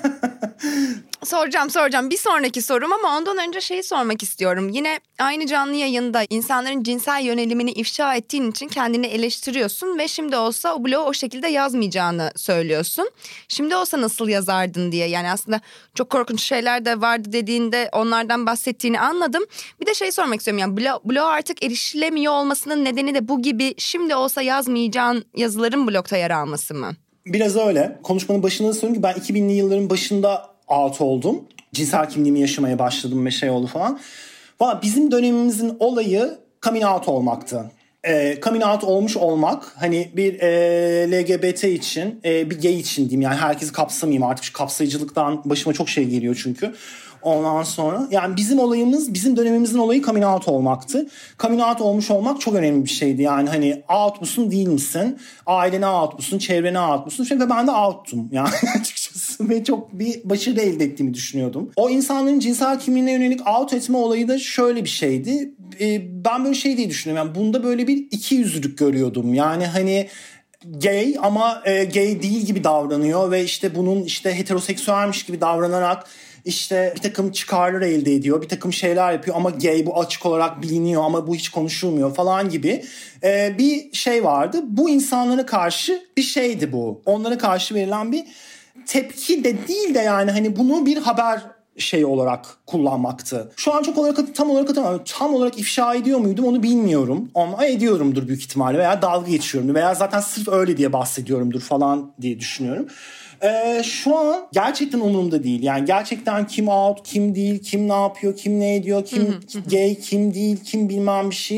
[SPEAKER 1] Soracağım. Bir sonraki sorum ama ondan önce şeyi sormak istiyorum. Yine aynı canlı yayında insanların cinsel yönelimini ifşa ettiğin için kendini eleştiriyorsun ve şimdi olsa o blogu o şekilde yazmayacağını söylüyorsun. Şimdi olsa nasıl yazardın diye. Yani aslında çok korkunç şeyler de vardı dediğinde onlardan bahsettiğini anladım. Bir de şey sormak istiyorum. Yani blog artık erişilemiyor olmasının nedeni de bu gibi şimdi olsa yazmayacağın yazıların blogda yer alması mı?
[SPEAKER 2] Biraz öyle. Konuşmanın başında da söyleyeyim ki ben 2000'li yılların başında out oldum. Cinsel kimliğimi yaşamaya başladım ve şey oldu falan. Valla bizim dönemimizin olayı coming out olmaktı. Coming out olmuş olmak hani bir LGBT için bir gay için diyeyim yani herkesi kapsamayayım artık şu kapsayıcılıktan başıma çok şey geliyor çünkü. Ondan sonra yani bizim olayımız bizim dönemimizin olayı coming out olmaktı. Coming out olmuş olmak çok önemli bir şeydi yani hani out musun değil misin? Ailene out musun? Çevrene out musun? Ve ben de out'tum yani açıkçası ve çok bir başarı elde ettiğimi düşünüyordum. O insanların cinsel kimliğine yönelik out etme olayı da şöyle bir şeydi. Ben böyle şey diye düşünüyorum yani bunda böyle bir ikiyüzlülük görüyordum yani hani gay ama gay değil gibi davranıyor ve işte bunun işte heteroseksüelmiş gibi davranarak işte bir takım çıkarlar elde ediyor, bir takım şeyler yapıyor ama gay bu açık olarak biliniyor ama bu hiç konuşulmuyor falan gibi bir şey vardı. Bu insanlara karşı bir şeydi bu. Onlara karşı verilen bir tepki de değil de yani hani bunu bir haber şey olarak kullanmaktı. Şu an çok olarak tam olarak ifşa ediyor muydum onu bilmiyorum. Ama ediyorumdur büyük ihtimalle veya dalga geçiyorum veya zaten sırf öyle diye bahsediyorumdur falan diye düşünüyorum. Şu an gerçekten umurumda değil. Yani gerçekten kim out, kim değil, kim ne yapıyor, kim ne ediyor, kim gay, kim değil, kim bilmem bir şey.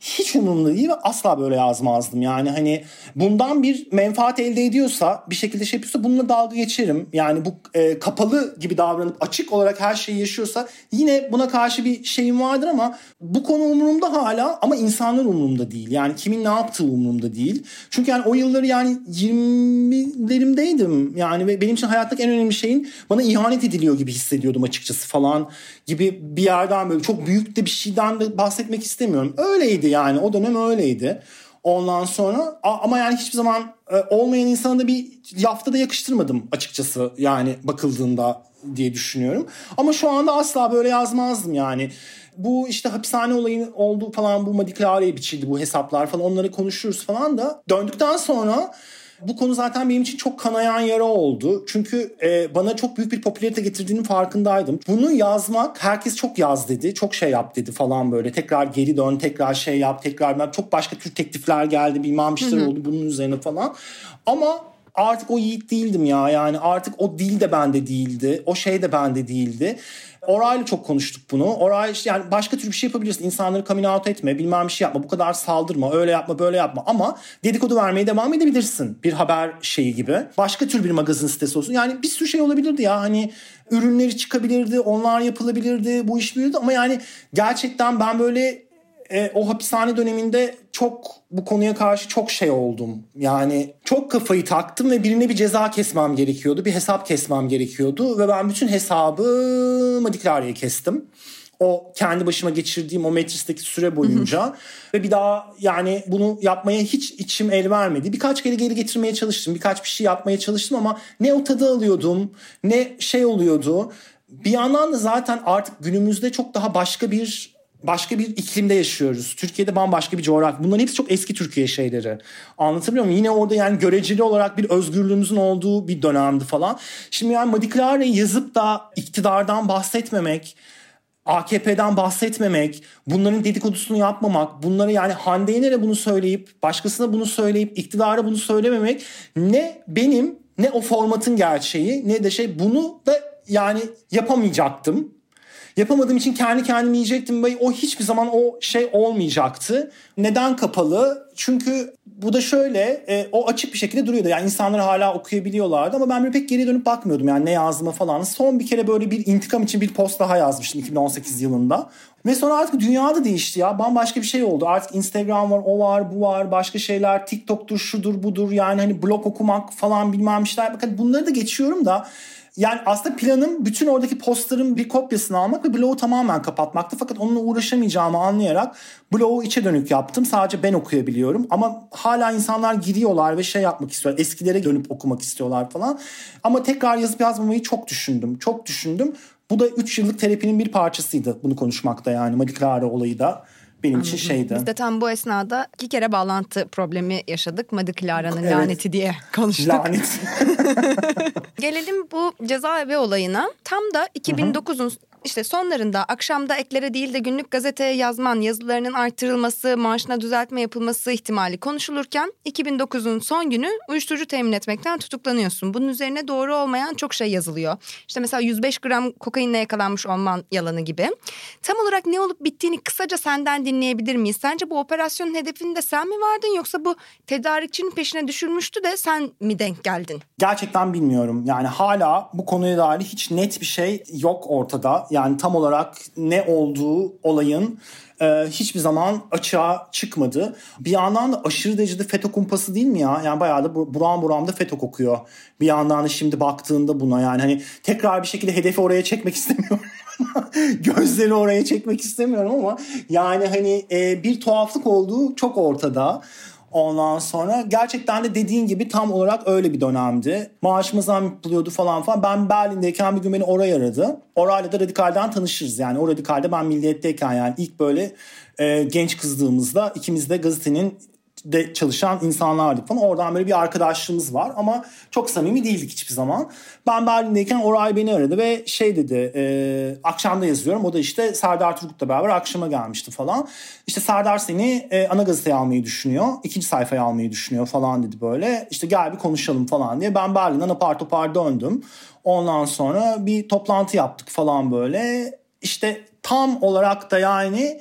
[SPEAKER 2] hiç umurumda değil ve asla böyle yazmazdım. Yani hani bundan bir menfaat elde ediyorsa, bir şekilde şey yapıyorsa bununla dalga geçerim. Yani bu kapalı gibi davranıp açık olarak her şeyi yaşıyorsa yine buna karşı bir şeyim vardır ama bu konu umurumda hala, ama insanlar umurumda değil. Yani kimin ne yaptığı umurumda değil. Çünkü yani o yılları yani 20'lerimdeydim. Yani ve benim için hayattaki en önemli şeyin bana ihanet ediliyor gibi hissediyordum açıkçası falan gibi bir yerden, böyle çok büyük de bir şeyden de bahsetmek istemiyorum. Öyleydi yani, o dönem öyleydi. Ondan sonra ama yani hiçbir zaman olmayan insana da bir yafta da yakıştırmadım açıkçası yani bakıldığında diye düşünüyorum. Ama şu anda asla böyle yazmazdım yani. Bu işte hapishane olayı oldu falan, bu Madiklara'ya biçildi bu hesaplar falan, onları konuşuruz falan da döndükten sonra bu konu zaten benim için çok kanayan yara oldu. Çünkü bana çok büyük bir popülarite getirdiğinin farkındaydım. Bunu yazmak, herkes çok yaz dedi, çok şey yap dedi falan böyle. Tekrar geri dön, tekrar şey yap, tekrar çok başka tür teklifler geldi, bilmem işler oldu bunun üzerine falan. Ama artık o yiğit değildim ya. Yani artık o dil de bende değildi, o şey de bende değildi. Oray'la çok konuştuk bunu. Oray işte yani başka tür bir şey yapabilirsin. İnsanları coming out etme, bilmem bir şey yapma, bu kadar saldırma, öyle yapma, böyle yapma. Ama dedikodu vermeye devam edebilirsin. Bir haber şeyi gibi. Başka tür bir magazin sitesi olsun. Yani bir sürü şey olabilirdi ya. Hani ürünleri çıkabilirdi, onlar yapılabilirdi, bu iş büyüdü. Ama yani gerçekten ben böyle o hapishane döneminde çok bu konuya karşı çok şey oldum. Yani çok kafayı taktım ve birine bir ceza kesmem gerekiyordu. Bir hesap kesmem gerekiyordu. Ve ben bütün hesabı Madiklara'ya kestim. O kendi başıma geçirdiğim o Metris'teki süre boyunca. Ve bir daha yani bunu yapmaya hiç içim el vermedi. Birkaç kere geri getirmeye çalıştım. Birkaç bir şey yapmaya çalıştım ama ne o tadı alıyordum, ne şey oluyordu. Bir yandan da zaten artık günümüzde çok daha başka bir iklimde yaşıyoruz. Türkiye'de bambaşka bir coğrafya. Bunların hepsi çok eski Türkiye şeyleri. Anlatabiliyor muyum? Yine orada yani göreceli olarak bir özgürlüğümüzün olduğu bir dönemdi falan. Şimdi yani Madiklara'yı yazıp da iktidardan bahsetmemek, AKP'den bahsetmemek, bunların dedikodusunu yapmamak, bunları yani Hande Yener'e bunu söyleyip, başkasına bunu söyleyip, iktidara bunu söylememek ne benim ne o formatın gerçeği ne de şey, bunu da yani yapamayacaktım. Yapamadığım için kendi kendimi yiyecektim ve o hiçbir zaman o şey olmayacaktı. Neden kapalı? Çünkü bu da şöyle, o açık bir şekilde duruyordu. Yani insanlar hala okuyabiliyorlardı ama ben böyle pek geri dönüp bakmıyordum yani ne yazdığıma falan. Son bir kere böyle bir intikam için bir post daha yazmıştım 2018 yılında. Ve sonra artık dünya da değişti ya. Bambaşka bir şey oldu. Artık Instagram var, o var, bu var, başka şeyler. TikTok'tur, şudur, budur. Yani hani blog okumak falan bilmem işler. Bakın bunları da geçiyorum da. Yani aslında planım bütün oradaki postların bir kopyasını almak ve blogu tamamen kapatmaktı. Fakat onunla uğraşamayacağımı anlayarak blogu içe dönük yaptım. Sadece ben okuyabiliyorum. Ama hala insanlar giriyorlar ve şey yapmak istiyorlar. Eskilere dönüp okumak istiyorlar falan. Ama tekrar yazıp yazmamayı çok düşündüm. Çok düşündüm. Bu da 3 yıllık terapinin bir parçasıydı bunu konuşmakta yani. Madiklara olayı da benim için şeydi.
[SPEAKER 1] Biz de tam bu esnada 2 kere bağlantı problemi yaşadık. Madiklara'nın laneti diye konuştuk.
[SPEAKER 2] Lanet.
[SPEAKER 1] Gelelim bu cezaevi olayına. Tam da 2009'un işte sonlarında akşamda eklere değil de günlük gazeteye yazman, yazılarının artırılması, maaşına düzeltme yapılması ihtimali konuşulurken 2009'un son günü uyuşturucu temin etmekten tutuklanıyorsun. Bunun üzerine doğru olmayan çok şey yazılıyor. İşte mesela 105 gram kokainle yakalanmış olman yalanı gibi. Tam olarak ne olup bittiğini kısaca senden dinleyebilir miyiz? Sence bu operasyonun hedefinde sen mi vardın yoksa bu tedarikçinin peşine düşülmüştü de sen mi denk geldin?
[SPEAKER 2] Gerçekten bilmiyorum. Yani hala bu konuya dair hiç net bir şey yok ortada. Yani tam olarak ne olduğu olayın hiçbir zaman açığa çıkmadı. Bir yandan da aşırı derecede FETÖ kumpası değil mi ya? Yani bayağı da buram buram da FETÖ kokuyor. Bir yandan da şimdi baktığında buna yani hani tekrar bir şekilde hedefi oraya çekmek istemiyorum. Gözleri oraya çekmek istemiyorum ama yani hani bir tuhaflık olduğu çok ortada. Ondan sonra gerçekten de dediğin gibi tam olarak öyle bir dönemdi. Maaşıma zam yapılıyordu falan. Ben Berlin'deyken bir gün beni Oray aradı. Oray'la da Radikal'den tanışırız yani. O Radikal'de ben Milliyet'teyken yani ilk böyle genç kızdığımızda ikimiz de gazetenin de çalışan insanlardık falan. Oradan böyle bir arkadaşlığımız var ama çok samimi değildik hiçbir zaman. Ben Berlin'deyken Oray beni aradı ve şey dedi, akşamda yazıyorum. O da işte Serdar Turgut'la beraber akşama gelmişti falan. İşte Serdar seni ana gazeteye almayı düşünüyor. 2. sayfaya almayı düşünüyor falan dedi böyle. İşte gel bir konuşalım falan diye. Ben Berlin'den apar topar döndüm. Ondan sonra bir toplantı yaptık falan böyle. İşte tam olarak da yani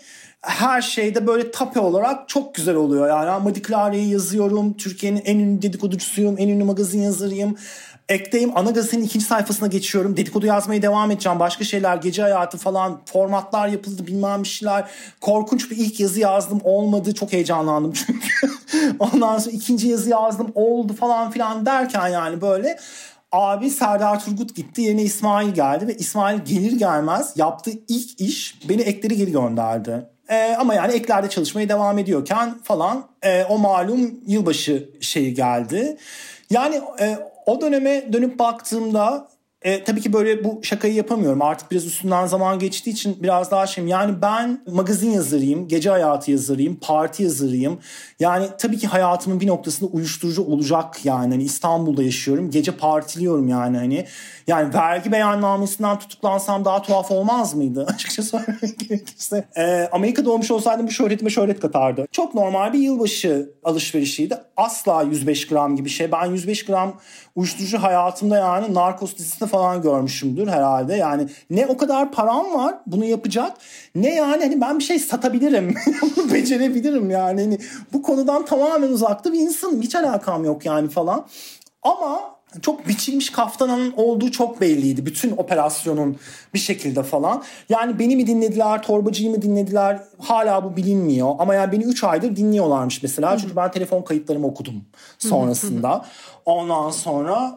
[SPEAKER 2] her şeyde böyle tape olarak çok güzel oluyor. Yani Madi Clary'yi yazıyorum. Türkiye'nin en ünlü dedikoducusuyum. En ünlü magazin yazarıyım. Ek'teyim. Ana gazetenin 2. sayfasına geçiyorum. Dedikodu yazmaya devam edeceğim. Başka şeyler, gece hayatı falan, formatlar yapıldı, bilmem bir şeyler. Korkunç bir ilk yazı yazdım. Olmadı. Çok heyecanlandım çünkü. Ondan sonra 2. yazı yazdım. Oldu falan filan derken yani böyle... Abi Serdar Turgut gitti, yerine İsmail geldi ve İsmail gelir gelmez yaptığı ilk iş beni Ek'leri geri gönderdi. Ama yani Ek'lerde çalışmaya devam ediyorken falan o malum yılbaşı şeyi geldi. Yani o döneme dönüp baktığımda tabii ki böyle bu şakayı yapamıyorum. Artık biraz üstünden zaman geçtiği için biraz daha şeyim. Yani ben magazin yazarıyım, gece hayatı yazarıyım, parti yazarıyım. Yani tabii ki hayatımın bir noktasında uyuşturucu olacak yani. Hani İstanbul'da yaşıyorum, gece partiliyorum yani hani. Yani vergi beyannamesinden tutuklansam daha tuhaf olmaz mıydı? Açıkça söylemek gerekirse. Amerika'da olmuş olsaydım bu şöhretime şöhret katardı. Çok normal bir yılbaşı alışverişiydi. Asla 105 gram gibi şey. Ben 105 gram uyuşturucu hayatımda yani Narcos dizisinde falan görmüşümdür herhalde. Yani ne o kadar param var bunu yapacak, ne yani hani ben bir şey satabilirim. Bunu becerebilirim yani. Hani bu konudan tamamen uzakta bir insanım. Hiç alakam yok yani falan. Ama çok biçilmiş kaftanın olduğu çok belliydi. Bütün operasyonun bir şekilde falan. Yani beni mi dinlediler, torbacıyı mı dinlediler hala bu bilinmiyor. Ama yani beni 3 aydır dinliyorlarmış mesela. Çünkü ben telefon kayıtlarımı okudum sonrasında. Ondan sonra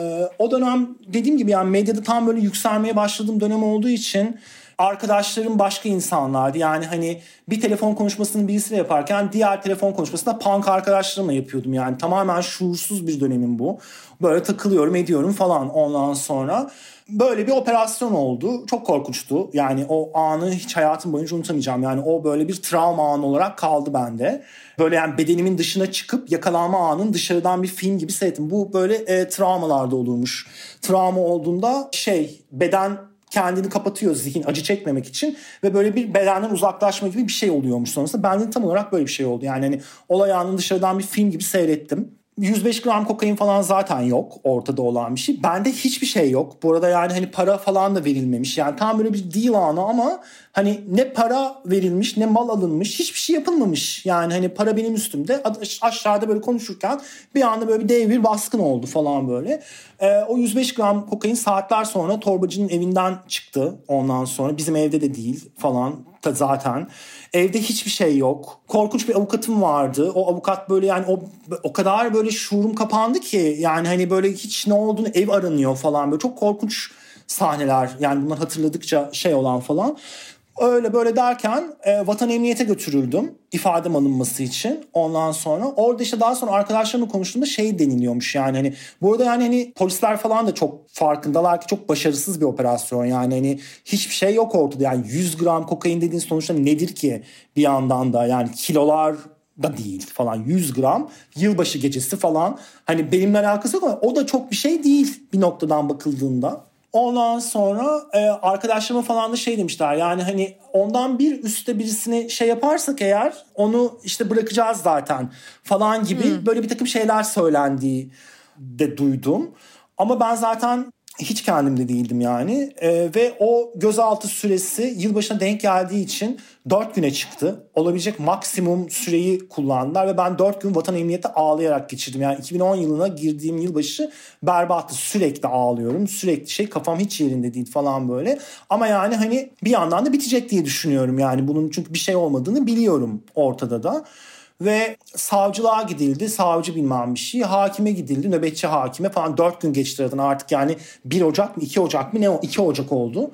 [SPEAKER 2] o dönem dediğim gibi yani medyada tam böyle yükselmeye başladığım dönem olduğu için... Arkadaşlarım başka insanlardı. Yani hani bir telefon konuşmasını birisiyle yaparken diğer telefon konuşmasını da punk arkadaşlarımla yapıyordum. Yani tamamen şuursuz bir dönemim bu. Böyle takılıyorum ediyorum falan ondan sonra. Böyle bir operasyon oldu. Çok korkunçtu. Yani o anı hiç hayatım boyunca unutamayacağım. Yani o böyle bir travma anı olarak kaldı bende. Böyle yani bedenimin dışına çıkıp yakalanma anını dışarıdan bir film gibi seyrettim. Bu böyle travmalarda olurmuş. Travma olduğunda beden kendini kapatıyor zihin acı çekmemek için ve böyle bir bedenden uzaklaşma gibi bir şey oluyormuş sonrasında. Bende tam olarak böyle bir şey oldu. Yani hani olay anını dışarıdan bir film gibi seyrettim. 105 gram kokain falan zaten yok ortada olan bir şey. Bende hiçbir şey yok. Bu arada yani hani para falan da verilmemiş. Yani tam böyle bir deal anı ama hani ne para verilmiş ne mal alınmış. Hiçbir şey yapılmamış. Yani hani para benim üstümde. Aşağıda böyle konuşurken bir anda böyle bir dev bir baskın oldu falan böyle. O 105 gram kokain saatler sonra torbacının evinden çıktı. Ondan sonra bizim evde de değil falan zaten. Evde hiçbir şey yok. Korkunç bir avukatım vardı. O avukat böyle yani o kadar böyle şuurum kapandı ki yani hani böyle hiç ne olduğunu ev aranıyor falan böyle çok korkunç sahneler yani bunlar hatırladıkça olan falan. Öyle böyle derken vatan emniyete götürüldüm ifadem alınması için. Ondan sonra orada işte daha sonra arkadaşlarımla konuştuğumda deniliyormuş yani hani burada yani hani polisler falan da çok farkındalar ki çok başarısız bir operasyon yani hani hiçbir şey yok ortada yani 100 gram kokain dediğin sonuçta nedir ki bir yandan da yani kilolar da değil falan 100 gram yılbaşı gecesi falan hani benimle alakası yok ama o da çok bir şey değil bir noktadan bakıldığında. Ondan sonra arkadaşlarıma falan da demişler yani hani ondan bir üstte birisini yaparsak eğer onu işte bırakacağız zaten falan gibi böyle bir takım şeyler söylendiği de duydum. Ama ben zaten hiç kendimde değildim yani ve o gözaltı süresi yılbaşına denk geldiği için 4 güne çıktı. Olabilecek maksimum süreyi kullandılar ve ben 4 gün vatan emniyette ağlayarak geçirdim. Yani 2010 yılına girdiğim yılbaşı berbattı. Sürekli ağlıyorum. Sürekli kafam hiç yerinde değil falan böyle. Ama yani hani bir yandan da bitecek diye düşünüyorum yani bunun çünkü bir şey olmadığını biliyorum ortada da. Ve savcılığa gidildi. Savcı bilmem bir şey. Hakime gidildi. Nöbetçi hakime falan 4 gün geçti aradan. Artık yani 1 Ocak mı 2 Ocak mı ne o 2 Ocak oldu.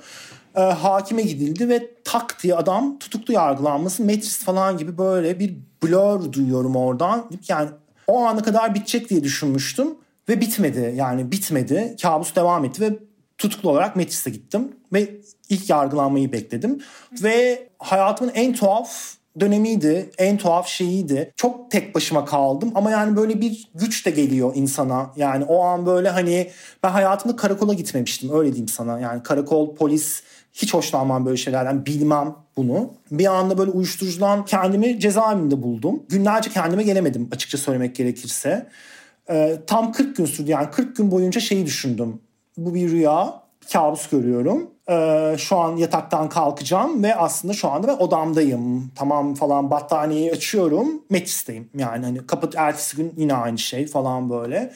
[SPEAKER 2] Hakime gidildi ve tak diye adam tutuklu yargılanması Matrix falan gibi böyle bir blur duyuyorum oradan. Yani o ana kadar bitecek diye düşünmüştüm. Ve bitmedi yani bitmedi. Kabus devam etti ve tutuklu olarak Matrix'e gittim. Ve ilk yargılanmayı bekledim. Ve hayatımın en tuhaf dönemiydi. En tuhaf şeyiydi. Çok tek başıma kaldım ama yani böyle bir güç de geliyor insana. Yani o an böyle hani ben hayatımda karakola gitmemiştim öyle diyeyim sana. Yani karakol, polis hiç hoşlanmam böyle şeylerden bilmem bunu. Bir anda böyle uyuşturucudan kendimi cezaevinde buldum. Günlerce kendime gelemedim açıkça söylemek gerekirse. Tam 40 gün sürdü yani 40 gün boyunca düşündüm. Bu bir rüya kabus görüyorum. Şu an yataktan kalkacağım ve aslında şu anda ben odamdayım. Tamam falan, battaniyeyi açıyorum. Metis'teyim yani, hani ertesi gün yine aynı şey falan böyle.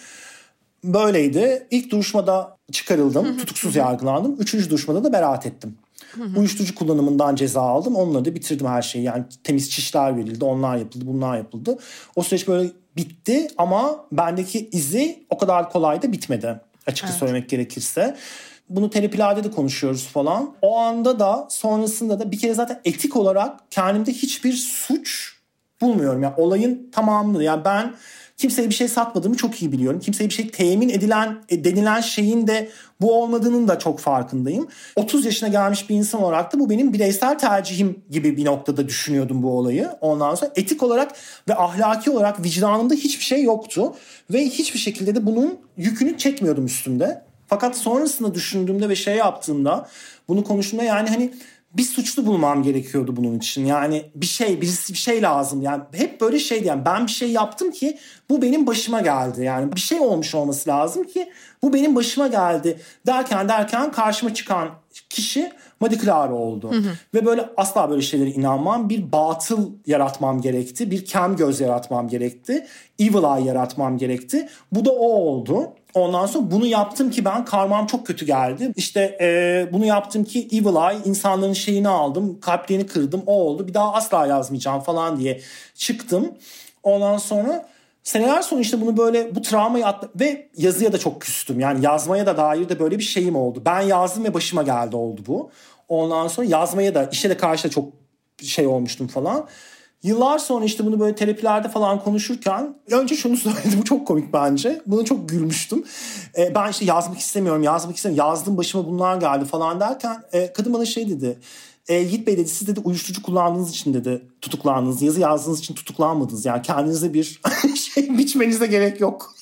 [SPEAKER 2] Böyleydi. İlk duruşmada çıkarıldım. Tutuksuz yargılandım. 3. duruşmada da beraat ettim. Uyuşturucu kullanımından ceza aldım. Onunla da bitirdim her şeyi. Yani temiz çişler verildi. Onlar yapıldı, bunlar yapıldı. O süreç böyle bitti ama bendeki izi o kadar kolay da bitmedi. Açıkça söylemek gerekirse. Bunu terapilerde de konuşuyoruz falan. O anda da sonrasında da bir kere zaten etik olarak kendimde hiçbir suç bulmuyorum. Yani olayın tamamını, yani ben kimseye bir şey satmadığımı çok iyi biliyorum. Kimseye bir şey temin denilen şeyin de bu olmadığının da çok farkındayım. 30 yaşına gelmiş bir insan olarak da bu benim bireysel tercihim gibi bir noktada düşünüyordum bu olayı. Ondan sonra etik olarak ve ahlaki olarak vicdanımda hiçbir şey yoktu. Ve hiçbir şekilde de bunun yükünü çekmiyordum üstümde. Fakat sonrasında düşündüğümde ve şey yaptığımda, bunu konuştuğumda, yani hani bir suçlu bulmam gerekiyordu bunun için. Yani birisi bir şey lazım. Yani hep böyle şeydi, yani ben bir şey yaptım ki bu benim başıma geldi. Yani bir şey olmuş olması lazım ki bu benim başıma geldi derken karşıma çıkan kişi Madi Claro oldu. Ve böyle asla böyle şeylere inanmam. Bir batıl yaratmam gerekti. Bir kem göz yaratmam gerekti. Evil eye yaratmam gerekti. Bu da o oldu. Ondan sonra bunu yaptım ki ben, karmam çok kötü geldi. İşte bunu yaptım ki evil eye, insanların şeyini aldım, kalplerini kırdım, o oldu. Bir daha asla yazmayacağım falan diye çıktım. Ondan sonra seneler sonra işte bunu böyle, bu travmayı ve yazıya da çok küstüm. Yani yazmaya da dair de böyle bir şeyim oldu. Ben yazdım ve başıma geldi oldu bu. Ondan sonra yazmaya da, işe de karşı da çok şey olmuştum falan. Yıllar sonra işte bunu böyle terapilerde falan konuşurken önce şunu söyledim, bu çok komik bence. Buna çok gülmüştüm. Ben işte yazmak istemiyorum. Yazdım, başıma bunlar geldi falan derken kadın bana şey dedi. Yiğit Bey dedi, siz dedi uyuşturucu kullandığınız için dedi tutuklandınız. Yazı yazdığınız için tutuklanmadınız. Yani kendinize bir şey biçmenize gerek yok.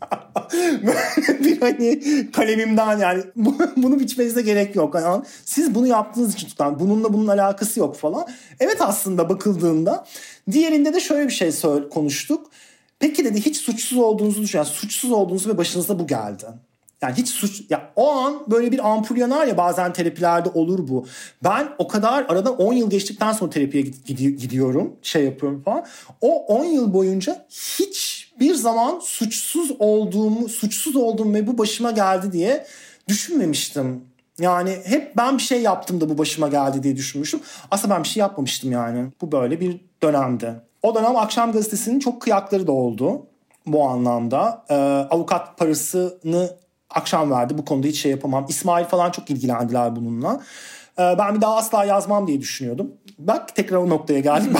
[SPEAKER 2] Böyle bir hani kalemimden, yani bunu biçmenize gerek yok. Yani siz bunu yaptığınız için tutan, bunun alakası yok falan. Evet, aslında bakıldığında. Diğerinde de şöyle bir şey konuştuk. Peki dedi, hiç suçsuz olduğunuzu düşün. Yani suçsuz olduğunuzu ve başınıza bu geldi. Yani hiç suç, ya o an böyle bir ampul yanar ya, bazen terapilerde olur bu. Ben o kadar aradan 10 yıl geçtikten sonra terapiye gidiyorum, şey yapıyorum falan. O 10 yıl boyunca hiçbir zaman suçsuz olduğum ve bu başıma geldi diye düşünmemiştim. Yani hep ben bir şey yaptım da bu başıma geldi diye düşünmüştüm. Aslında ben bir şey yapmamıştım yani. Bu böyle bir dönemdi. O dönem Akşam Gazetesi'nin çok kıyakları da oldu bu anlamda. Avukat parasını akşam verdi. Bu konuda hiç şey yapamam. İsmail falan çok ilgilendiler bununla. Ben bir daha asla yazmam diye düşünüyordum. Bak, tekrar o noktaya geldik.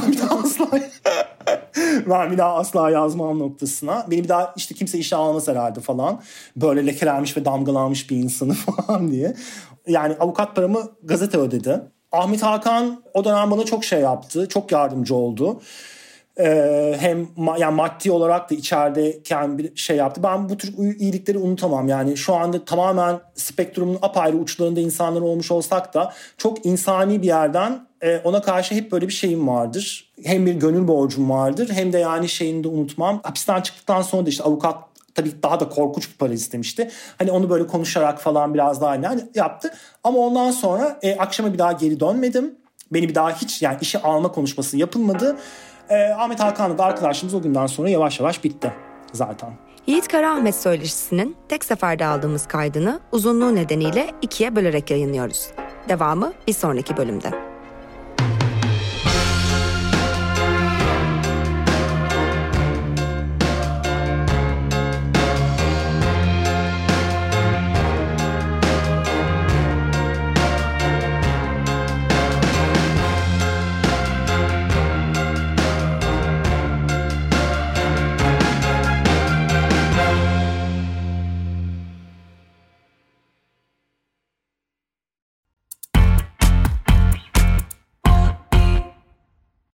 [SPEAKER 2] Ben bir daha asla yazmam noktasına. Beni bir daha işte kimse işe almaz herhalde falan. Böyle lekelenmiş ve damgalanmış bir insanı falan diye. Yani avukat paramı gazete ödedi. Ahmet Hakan o dönem bana çok şey yaptı. Çok yardımcı oldu. Hem yani maddi olarak da içerideyken bir şey yaptı. Ben bu tür iyilikleri unutamam. Yani şu anda tamamen spektrumun apayrı uçlarında insanlar olmuş olsak da çok insani bir yerden ona karşı hep böyle bir şeyim vardır. Hem bir gönül borcum vardır, hem de yani şeyini de unutmam. Hapisten çıktıktan sonra da işte avukat tabii daha da korkunç bir para istemişti. Hani onu böyle konuşarak falan biraz daha hani yaptı. Ama ondan sonra akşama bir daha geri dönmedim. Beni bir daha hiç, yani işe alma konuşması yapılmadı. Ahmet Hakan'la da arkadaşımız o günden sonra yavaş yavaş bitti zaten.
[SPEAKER 1] Yiğit Karaahmet söyleşisinin tek seferde aldığımız kaydını uzunluğu nedeniyle 2'ye bölerek yayınlıyoruz. Devamı bir sonraki bölümde.